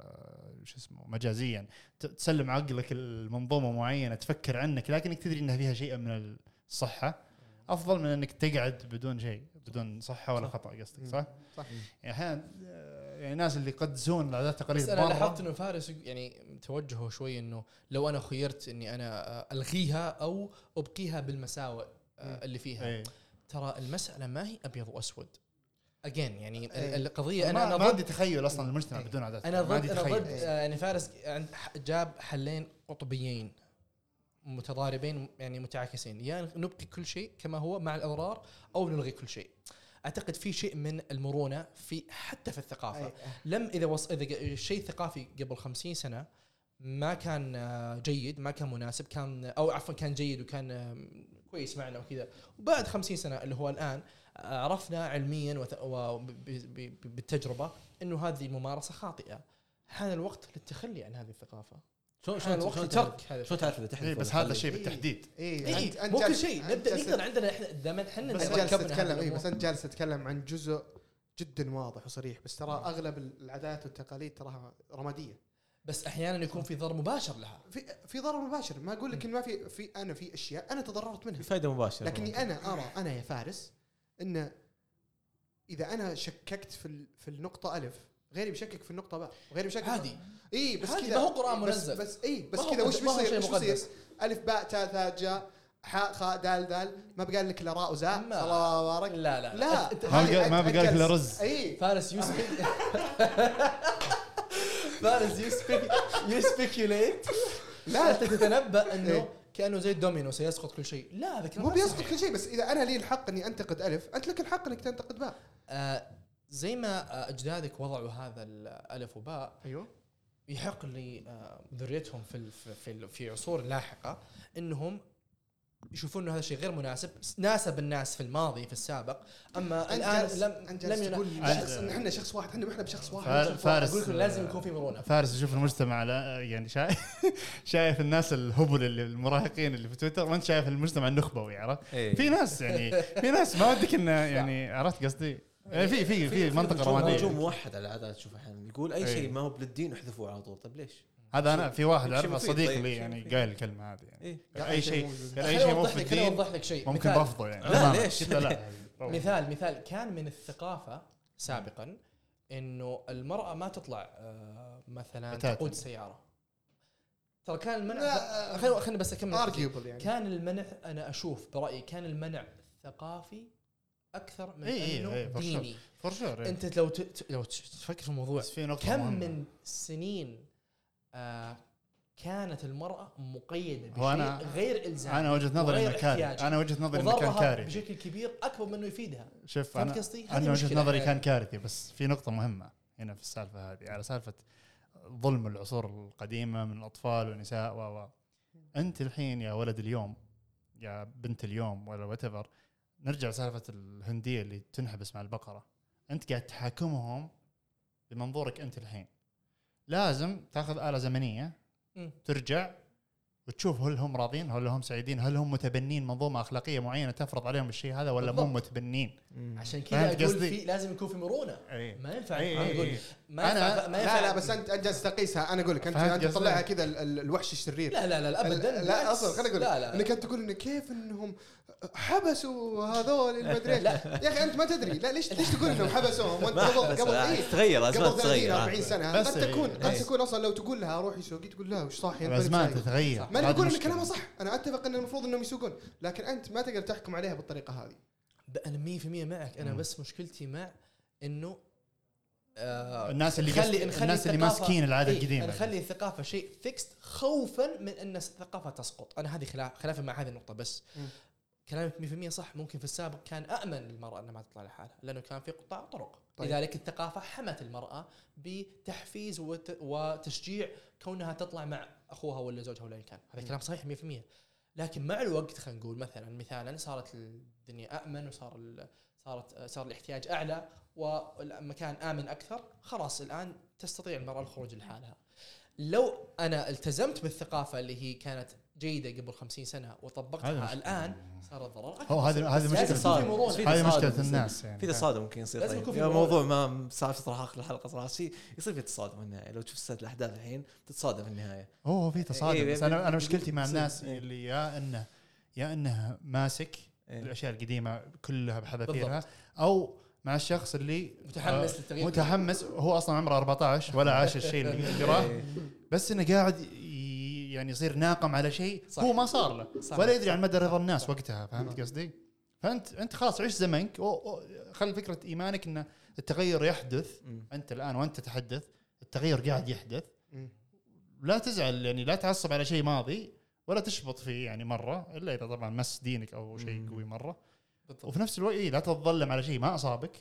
شو اسمه مجازيا تسلم عقلك المنظومه معينه تفكر عنك لكنك تدري انها فيها شيء من الصحه افضل من انك تقعد بدون شيء بدون صحه ولا خطا. قصدك صح؟ يعني احيانا يعني الناس اللي يقدسون العادات التقاليد. بس انا لاحظت انه فارس يعني توجهه شوي انه لو انا خيرت اني انا الغيها او ابقيها بالمساوئ اللي فيها. ترى المساله ما هي ابيض واسود. اجين يعني القضيه انا ما عندي تخيل اصلا المجتمع بدون عادات. انا ضد يعني فارس جاب حلين قطبيين متضاربين يعني متعاكسين، يعني نبقي كل شيء كما هو مع الاضرار او نلغي كل شيء. اعتقد في شيء من المرونه في حتى في الثقافه. اذا الشيء ثقافي قبل 50 سنه ما كان جيد ما كان مناسب كان او عفوا كان جيد وكان كويس معنا وكذا، وبعد 50 سنه اللي هو الان عرفنا علميا بالتجربه انه هذه الممارسه خاطئه. حان الوقت للتخلي عن هذه الثقافه. شو تعرف اذا تحديد بس هذا الشيء بالتحديد مو كل شيء نقدر عندنا احنا دائما احنا بس جالس اتكلم بس انت جالس تتكلم عن جزء جدا واضح وصريح. بس ترى اغلب العادات والتقاليد تراها رماديه، بس احيانا يكون في ضرر مباشر لها. في ضرر مباشر. ما اقول لك ان ما في اشياء انا تضررت منها في فائده مباشره، لكني انا ارى انا يا فارس ان اذا انا شككت في النقطه الف غيري بيشكك في النقطه باء وغيري بيشكك عادي. بس كذا ما هو قرآن منزل بس كذا وش بيصير الف باء تاء ثاء جاء حاء خاء دال ما بقال لك الا راء وزاء الله بارك. لا ما بقال لك الا رز. فارس فارس يسبيكيوليت. لا انت تتنبأ انه كانه زي الدومينو سيسقط كل شيء. لا هذا مو بيسقط كل شيء، بس اذا انا لي الحق اني انتقد الف انت لك الحق انك تنتقد باء. زي ما اجدادك وضعوا هذا الالف وباء ايوه يحق لذريتهم في عصور لاحقه انهم يشوفون انه هذا الشيء غير مناسب. ناسب الناس في الماضي في السابق، اما الان لم يقول احنا شخص واحد، احنا بشخص واحد. فارس اقول لكم لازم يكون في مرونه. فارس يشوف المجتمع يعني شايف الناس الهبل اللي المراهقين اللي في تويتر، وانت شايف المجتمع النخبوي. عرفت في ناس يعني في ناس ما ودك انه يعني عرفت قصدي يعني في منطقه رماديه. هجوم موحد على العادات. شوف احيانا يقول اي شيء ما هو بالدين احذفوه على طول. طيب ليش؟ هذا انا في واحد اعرفه صديق لي يعني قال الكلمه هذه يعني اي شيء مو في الدين اوضح لك شيء ممكن بفضه يعني. لا ليش؟ لا مثال كان من الثقافة سابقا انه المرأة ما تطلع مثلا بتاتا. تقود سيارة. ترى كان المنع خلينا بس اكمل. يعني. كان المنع انا اشوف برأيي كان المنع ثقافي اكثر من انه ديني. فرشور. انت لو تفكر في الموضوع كم مهمة. من سنين كانت المرأة مقيدة هو بشيء غير إلزامي. أنا وجهة نظري إنه كارثي. أنا وجهة نظري إنه كان كارثي بشكل كبير أكبر منه يفيدها. شوف أنا وجهة نظري كان كارثي، بس في نقطة مهمة هنا في السالفة هذه على سالفة ظلم العصور القديمة من الأطفال والنساء أنت الحين يا ولد اليوم يا بنت اليوم ولا whatever، نرجع سالفة الهندية اللي تنحبس مع البقرة. أنت قاعد تحاكمهم بمنظورك أنت الحين. لازم تأخذ آلة زمنية ترجع وتشوف هل هم راضين، هل هم سعيدين، هل هم متبنين منظومة أخلاقية معينة تفرض عليهم الشيء هذا ولا مو متبنين. عشان كذا أقول في لازم يكون في مرونة. ما ينفع أقول ما ينفع. لا بس أنت جالس تقيسها. أنا أقول لك أنت تطلعها كذا الوحش الشرير. لا أبدا. لا أصلا خليني أقول إنك أنت تقول إن كيف إنهم حبسوا هذول المدري. يا أخي أنت ما تدري. لا ليش تقول إنهم حبسوهم وأنت قبل تغير قبل 30-40 سنة قد تكون أصلا لو تقول لها روحي سوقي تقول لها وش صاحي الأزمان تتغير. ما نقول إن كلامه صح. أنا أتفق إن المفروض إنهم يسوقون، لكن أنت ما تقدر تحكم عليها بالطريقة هذه. أنا 100% معك. أنا بس مشكلتي مع إنه الناس اللي ماسكين العادة القديمة نخلي الثقافة شيء فيكست خوفا من أن الثقافة تسقط. أنا هذه خلافا مع هذه النقطة. بس كلامك 100% صح. ممكن في السابق كان أأمن للمرأة أنها ما تطلع لحالها لأنه كان في قطاع طرق. لذلك الثقافة حمت المرأة بتحفيز وتشجيع كونها تطلع مع أخوها ولا زوجها ولا كان. هذا كلام صحيح 100%. لكن مع الوقت خلينا نقول مثلا صارت الدنيا أأمن صار الاحتياج أعلى والمكان آمن أكثر. خلاص الآن تستطيع المرأة الخروج لحالها. لو أنا التزمت بالثقافة اللي هي كانت جيدة قبل 50 سنة وطبقتها الآن صار الضرر أكثر. هذه مشكلة الناس يعني. في تصادم ممكن يصير. طيب موضوع ما صار تطرح آخر الحلقة صراحة يصير في تصادم في النهاية. لو تشوف سلسلة الأحداث الحين تتصادم في النهاية. في تصادم. بس أنا مشكلتي مع الناس اللي يا إنه ماسك الأشياء القديمة كلها بحذافيرها أو مع الشخص اللي متحمس هو أصلا عمره 14 ولا عاش الشيء اللي قراه، بس إنه قاعد يعني يصير ناقم على شيء هو ما صار له ولا يدري عن مدى رضا الناس وقتها. فهمت قصدي؟ فأنت خلاص عيش زمنك خلي فكرة إيمانك إن التغير يحدث. أنت الآن وأنت تحدث التغير قاعد يحدث. لا تزعل يعني لا تعصب على شيء ماضي ولا تشبط فيه يعني مرة إلا إذا طبعا مس دينك أو شيء قوي مرة. وفي نفس الوقت لا تتظلم على شيء ما أصابك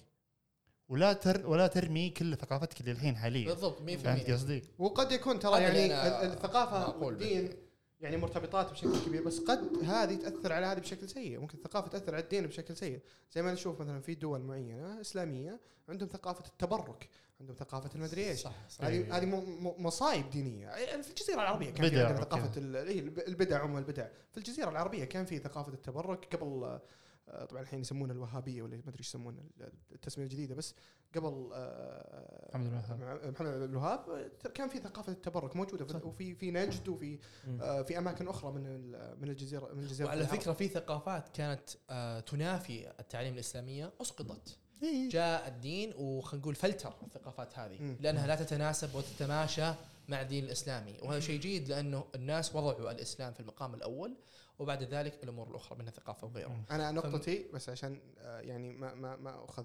ولا ترمي كل ثقافتك اللي الحين حاليا. بالضبط 100%. فهمت قصدي؟ وقد يكون ترى يعني الثقافة والدين يعني مرتبطات بشكل كبير، بس قد هذه تأثر على هذه بشكل سيء. ممكن الثقافة تأثر على الدين بشكل سيء. زي ما نشوف مثلا في دول معينة إسلامية عندهم ثقافة التبرك، عندهم ثقافة المدري ايش. هذه مصايب دينية. في الجزيرة العربية كان في عندنا ثقافة البدع والبدع. في الجزيرة العربية كان في ثقافة التبرك قبل. طبعا الحين يسمونها الوهابية ولا ما ادري ايش يسمونها التسمية الجديدة، بس قبل محمد الوهاب كان في ثقافة التبرك موجودة وفي نجد وفي في اماكن اخرى من الجزيرة وعلى فكرة في ثقافات كانت تنافي التعليم الإسلامية اسقطت. جاء الدين وخلينا نقول فلتر الثقافات هذه لأنها لا تتناسب وتتماشى مع الدين الإسلامي، وهذا شيء جيد لأنه الناس وضعوا الإسلام في المقام الأول وبعد ذلك الأمور الأخرى من الثقافة وغيرها. أنا نقطتي بس عشان يعني ما أخذ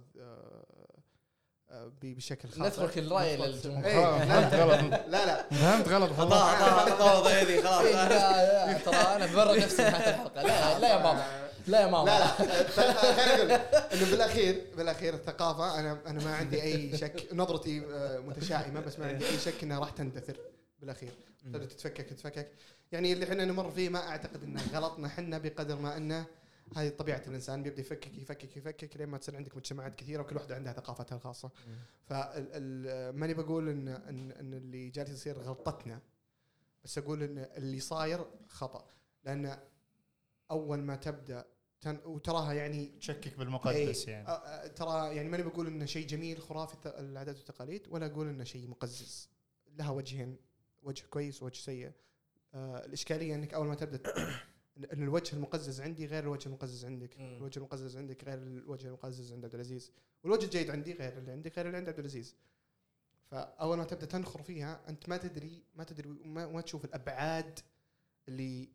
بشكل خاطئ نترك الرأي للجمهور. لا فهمت غلط خلاص هذه خلاص. ترى أنا ببرر نفسي نهاية الحلقة. لا يا ماما لا خليني أقول إنه بالأخير الثقافة أنا ما عندي أي شك. نظرتي متشائمة بس ما عندي أي شك إنها راح تندثر بالأخير. تبدأ تتفكك يعني اللي احنا نمر فيه. ما أعتقد إنه غلطنا حنا بقدر ما إنه هذه طبيعة الإنسان بيبدأ يفكك لين ما تصير عندك مجتمعات كثيرة وكل واحدة عندها ثقافتها الخاصة. فماني بقول إن اللي جالس يصير غلطتنا، بس أقول إن اللي صاير خطأ. لأن أول ما تبدأ وتراها يعني تشكك بالمقدس يعني ترى يعني ماني بقول إنه شيء جميل خرافي العادات والتقاليد، ولا أقول إنه شيء مقزز. لها وجهين، وجه كويس ووجه سيء. الإشكالية إنك أول ما تبدأ ان الوجه المقزز عندي غير الوجه المقزز عندك، مم. الوجه المقزز عندك غير الوجه المقزز عند عبد العزيز، والوجه الجيد عندي غير اللي عندك غير اللي عند عبد العزيز. فاول ما تبدا تنخر فيها انت ما تدري ما تشوف الابعاد اللي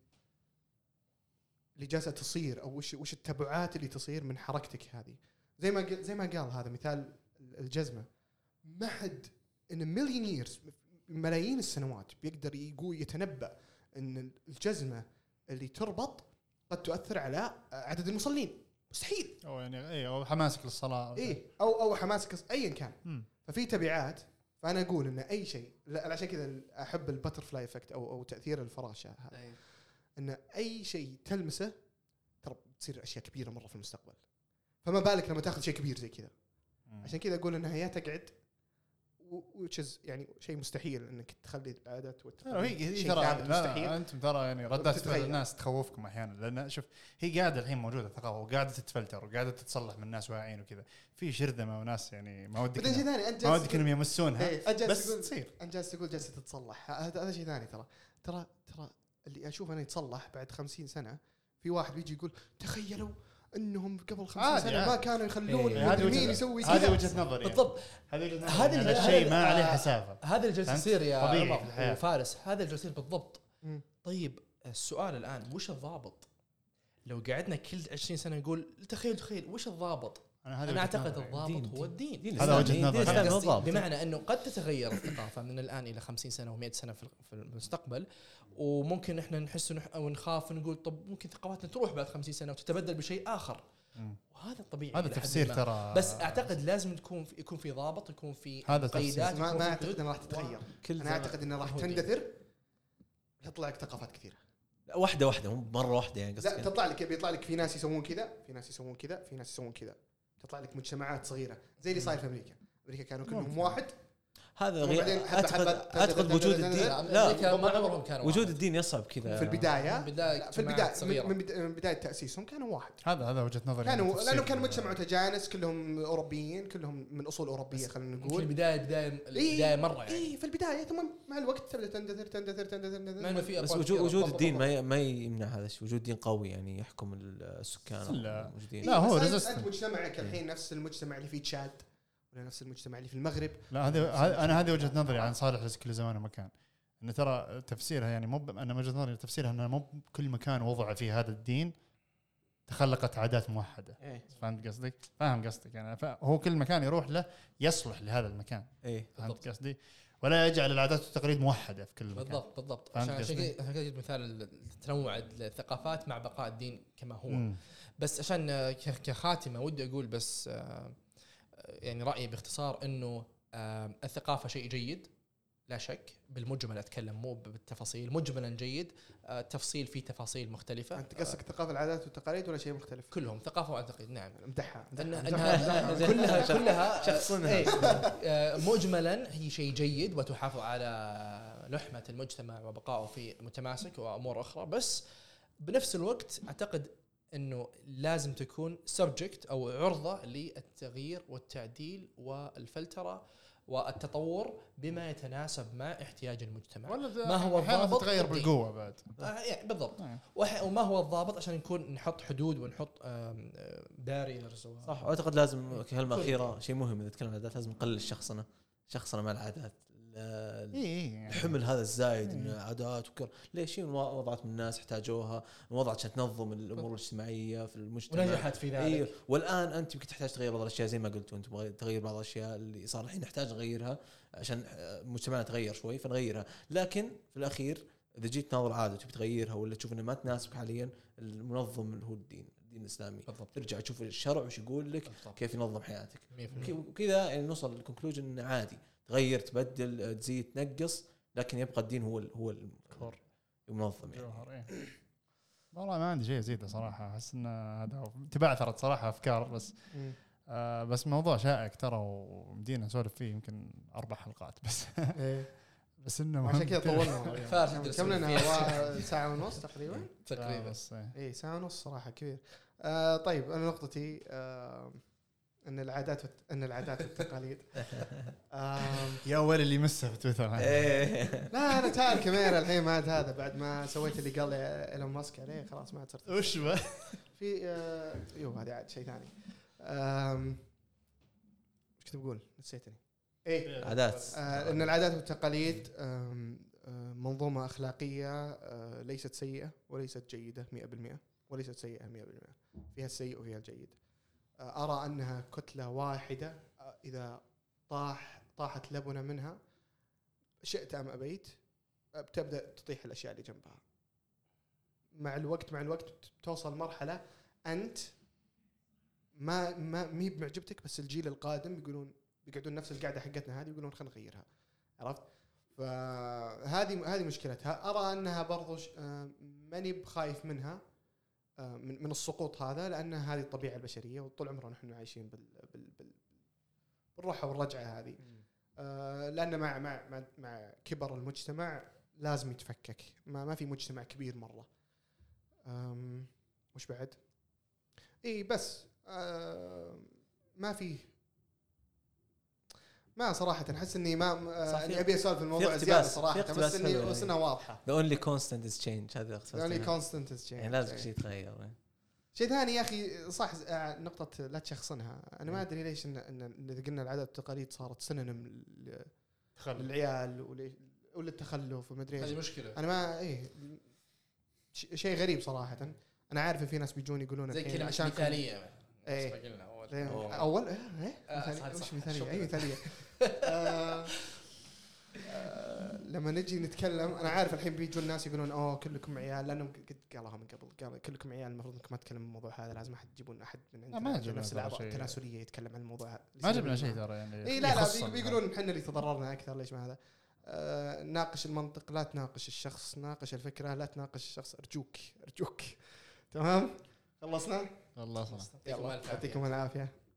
جالسه تصير، او وش التبعات اللي تصير من حركتك هذه. زي ما قال هذا مثال الجزمه، ما حد ان مليون ييرز ملايين السنوات بيقدر يقول يتنبأ ان الجزمه اللي تربط قد تؤثر على عدد المصلين. مستحيل. او يعني او حماسك للصلاه او حماسك ايا كان. مم. ففي تبعات. فانا اقول ان اي شيء، عشان كذا احب الباترفلاي افكت او تاثير الفراشه هذا، ان اي شيء تلمسه ترى تصير اشياء كبيره مره في المستقبل. فما بالك لما تاخذ شيء كبير زي كذا. عشان كذا اقول انها يا تقعد يعني شيء مستحيل انك تخلي العادات هي ترى لا انتم ترى يعني ردات فعل الناس تخوفكم احيانا، لان شوف هي قاعده الحين موجوده الثقافه وقاعده تتفلتر وقاعده تتصلح من ناس واعيين وكذا، في شرذمه وناس يعني ما ودك انهم يمسونها بس تصير. انت جالس تقول جالسه تتصلح، هذا شيء ثاني. ترى اللي اشوف انه يتصلح بعد 50 سنه، في واحد بيجي يقول تخيلوا انهم قبل 50 سنه ما كانوا يخلون المين يسوي كذا. هذه وجهه نظري بالضبط. هذا الشيء ما عليه حسافه. هذا اللي جالس يصير يا عمر وفارس، هذا اللي جالس يصير بالضبط. طيب السؤال الان وش الضابط؟ لو قعدنا كل 20 سنه نقول تخيل وش الضابط؟ انا اعتقد الضابط هو الدين. هذا وجهه نظري. بمعنى انه قد تتغير الثقافه من الان الى 50 سنه و100 سنه في المستقبل، وممكن احنا نحس او نخاف ونقول طب ممكن ثقافتنا تروح بعد 50 سنه وتتبدل بشيء اخر. وهذا طبيعي. هذا تفسير ترى، بس اعتقد لازم يكون في ضابط، يكون في قيادات. ما اعتقد انها راح تتغير. انا اعتقد انها راح تندثر، يطلع لك ثقافات كثيره واحده مو مره واحده يعني. لا تطلع لك، بيطلع لك في ناس يسوون كذا، في ناس يسوون كذا، في ناس يسوون كذا. تطلع لك مجتمعات صغيره زي اللي صاير في امريكا كانوا كلهم واحد. هذا اعتقد وجود الدين، لا ما عمرهم كانوا وجود الدين يصعب كذا في البدايه من بدايه تاسيسهم كانوا واحد. هذا وجهه نظري. لانه كان مجتمع متجانس، كلهم اوروبيين، كلهم من اصول اوروبيه. خلينا نقول في البدايه مره يعني في البدايه، ثم مع الوقت تبدا تندثر. بس وجود الدين ما يمنع هذا الشيء. وجود دين قوي يعني يحكم السكان. لا هو انت مجتمعك الحين نفس المجتمع اللي في تشاد ولا نفس المجتمع اللي في المغرب. لا هذه وجهه نظري عن صالح لكل زمان ومكان. ان ترى تفسيرها يعني انا وجهه نظري تفسيرها ان مو كل مكان وضع فيه هذا الدين تخلقت عادات موحده. فهمت قصدك؟ فاهم قصدك يعني. هو كل مكان يروح له يصلح لهذا المكان. فهمت قصدي؟ ولا يجعل العادات والتقاليد موحده في كل مكان. بالضبط. عشان كذا مثال تنوع الثقافات مع بقاء الدين كما هو. بس عشان كخاتمه ودي اقول بس يعني رأيي باختصار انه الثقافة شيء جيد لا شك. بالمجمل اتكلم مو بالتفاصيل، مجملا جيد. التفصيل فيه تفاصيل مختلفة. انت قصدك ثقافة العادات والتقاليد ولا شيء مختلف؟ كلهم ثقافة وتقاليد. نعم امدحها كلها شخصنها. مجملا هي شيء جيد وتحافظ على لحمة المجتمع وبقائه في متماسك وامور اخرى. بس بنفس الوقت اعتقد انه لازم تكون سبجكت او عرضه للتغيير والتعديل والفلتره والتطور بما يتناسب مع احتياج المجتمع. ما هو الضابط؟ تغير بالقوه بعد. يعني بالضبط. وما هو الضابط عشان نكون نحط حدود ونحط باريرز. صح. واعتقد لازم كلمه اخيره شيء مهم اذا تكلم عن العادات، لازم نقلل شخصنا مع العادات. الحمل هذا الزايد من عادات ليش وضعت من الناس احتاجوها، وضعت عشان تنظم الامور الاجتماعيه في المجتمع ونجحت في ذلك. والان انت يمكن تحتاج تغير بعض الاشياء زي ما قلت، وانت تبغى تغير بعض الاشياء اللي صار الحين نحتاج نغيرها عشان مجتمعنا تغير شوي فنغيرها. لكن في الاخير اذا جيت تناظر عاده وتبي تغيرها ولا تشوف انها ما تناسبك حاليا، المنظم اللي هو الدين الاسلامي بالضبط. ترجع تشوف الشرع وش يقول لك بالضبط. كيف ينظم حياتك وكذا يعني نوصل للكونكلوجن عادي تغير تبدل تزيد تنقص، لكن يبقى الدين هو الكور المنظم يعني. والله ما عندي شيء ازيده صراحه. احس ان هذا تبعثرت صراحه افكار بس موضوع شائك ترى، ومدينا نسولف فيه يمكن 4 حلقات بس. بس انه عشان كذا طولنا. كم لنا؟ ساعه ونص تقريبا. تقريبا ساعه ونص صراحه كبير. طيب انا نقطتي ان العادات والتقاليد. يا اول اللي يمسه في تويتر. لا انا تعال الكاميرا الحين ما هذا بعد ما سويت اللي قال ايلون ماسك عليه خلاص ما صرت وش بقى في هذا عاد شيء ثاني. ايش كنت بقول نسيتني. ايه عادات ان العادات والتقاليد منظومه اخلاقيه ليست سيئه وليست جيده 100% وليست سيئه 100%. فيها السيء وفيها الجيد. ارى انها كتله واحده اذا طاحت لبنه منها شئت ام ابيت بتبدا تطيح الاشياء اللي جنبها. مع الوقت توصل مرحله انت ما مي بمعجبتك بس الجيل القادم بيقعدون نفس القعده حقتنا هذه يقولون خلينا نغيرها. عرفت؟ فهذه مشكلتها. ارى انها برضو ماني بخايف منها من السقوط هذا لان هذه الطبيعه البشريه وطول عمرنا نحن عايشين بالروحه والرجعه هذه. لان مع كبر المجتمع لازم يتفكك. ما في مجتمع كبير مره. وش بعد؟ اي بس ما صراحه احس اني اني ابي اسولف الموضوع زياده صراحه بس اني وصلنا واضحه. the only constant is change. هذا اختصار only constant is change. يعني لازم شيء يتغير. شيء ثاني يا اخي صح نقطه لا تشخصنها. انا ما ادري ليش ان اذا قلنا العادات والتقاليد صارت سينونيم للعيال وللتخلف وما ادري ايش. هذه مشكله. انا ما شيء غريب صراحه. انا عارف ان في ناس بيجون يقولون زي كلمه مثاليه. ايه قلنا اول وش مثاليه؟ اي مثاليه. لما نجي نتكلم انا عارف الحين بيجوا الناس يقولون كلكم عيال لانهم قد قالوها من قبل. قال كلكم عيال المفروض انكم ما تتكلموا عن الموضوع هذا. لازم تجيبون احد من عندنا نفس الاعضاء التناسليه يتكلم عن الموضوع هذا. ما جبنا شيء ترى يعني. اي لا بيقولون احنا اللي تضررنا اكثر. ليش ما هذا؟ ناقش المنطق لا تناقش الشخص. ناقش الفكره لا تناقش الشخص. ارجوك تمام. خلصنا الله يعطيكم العافيه.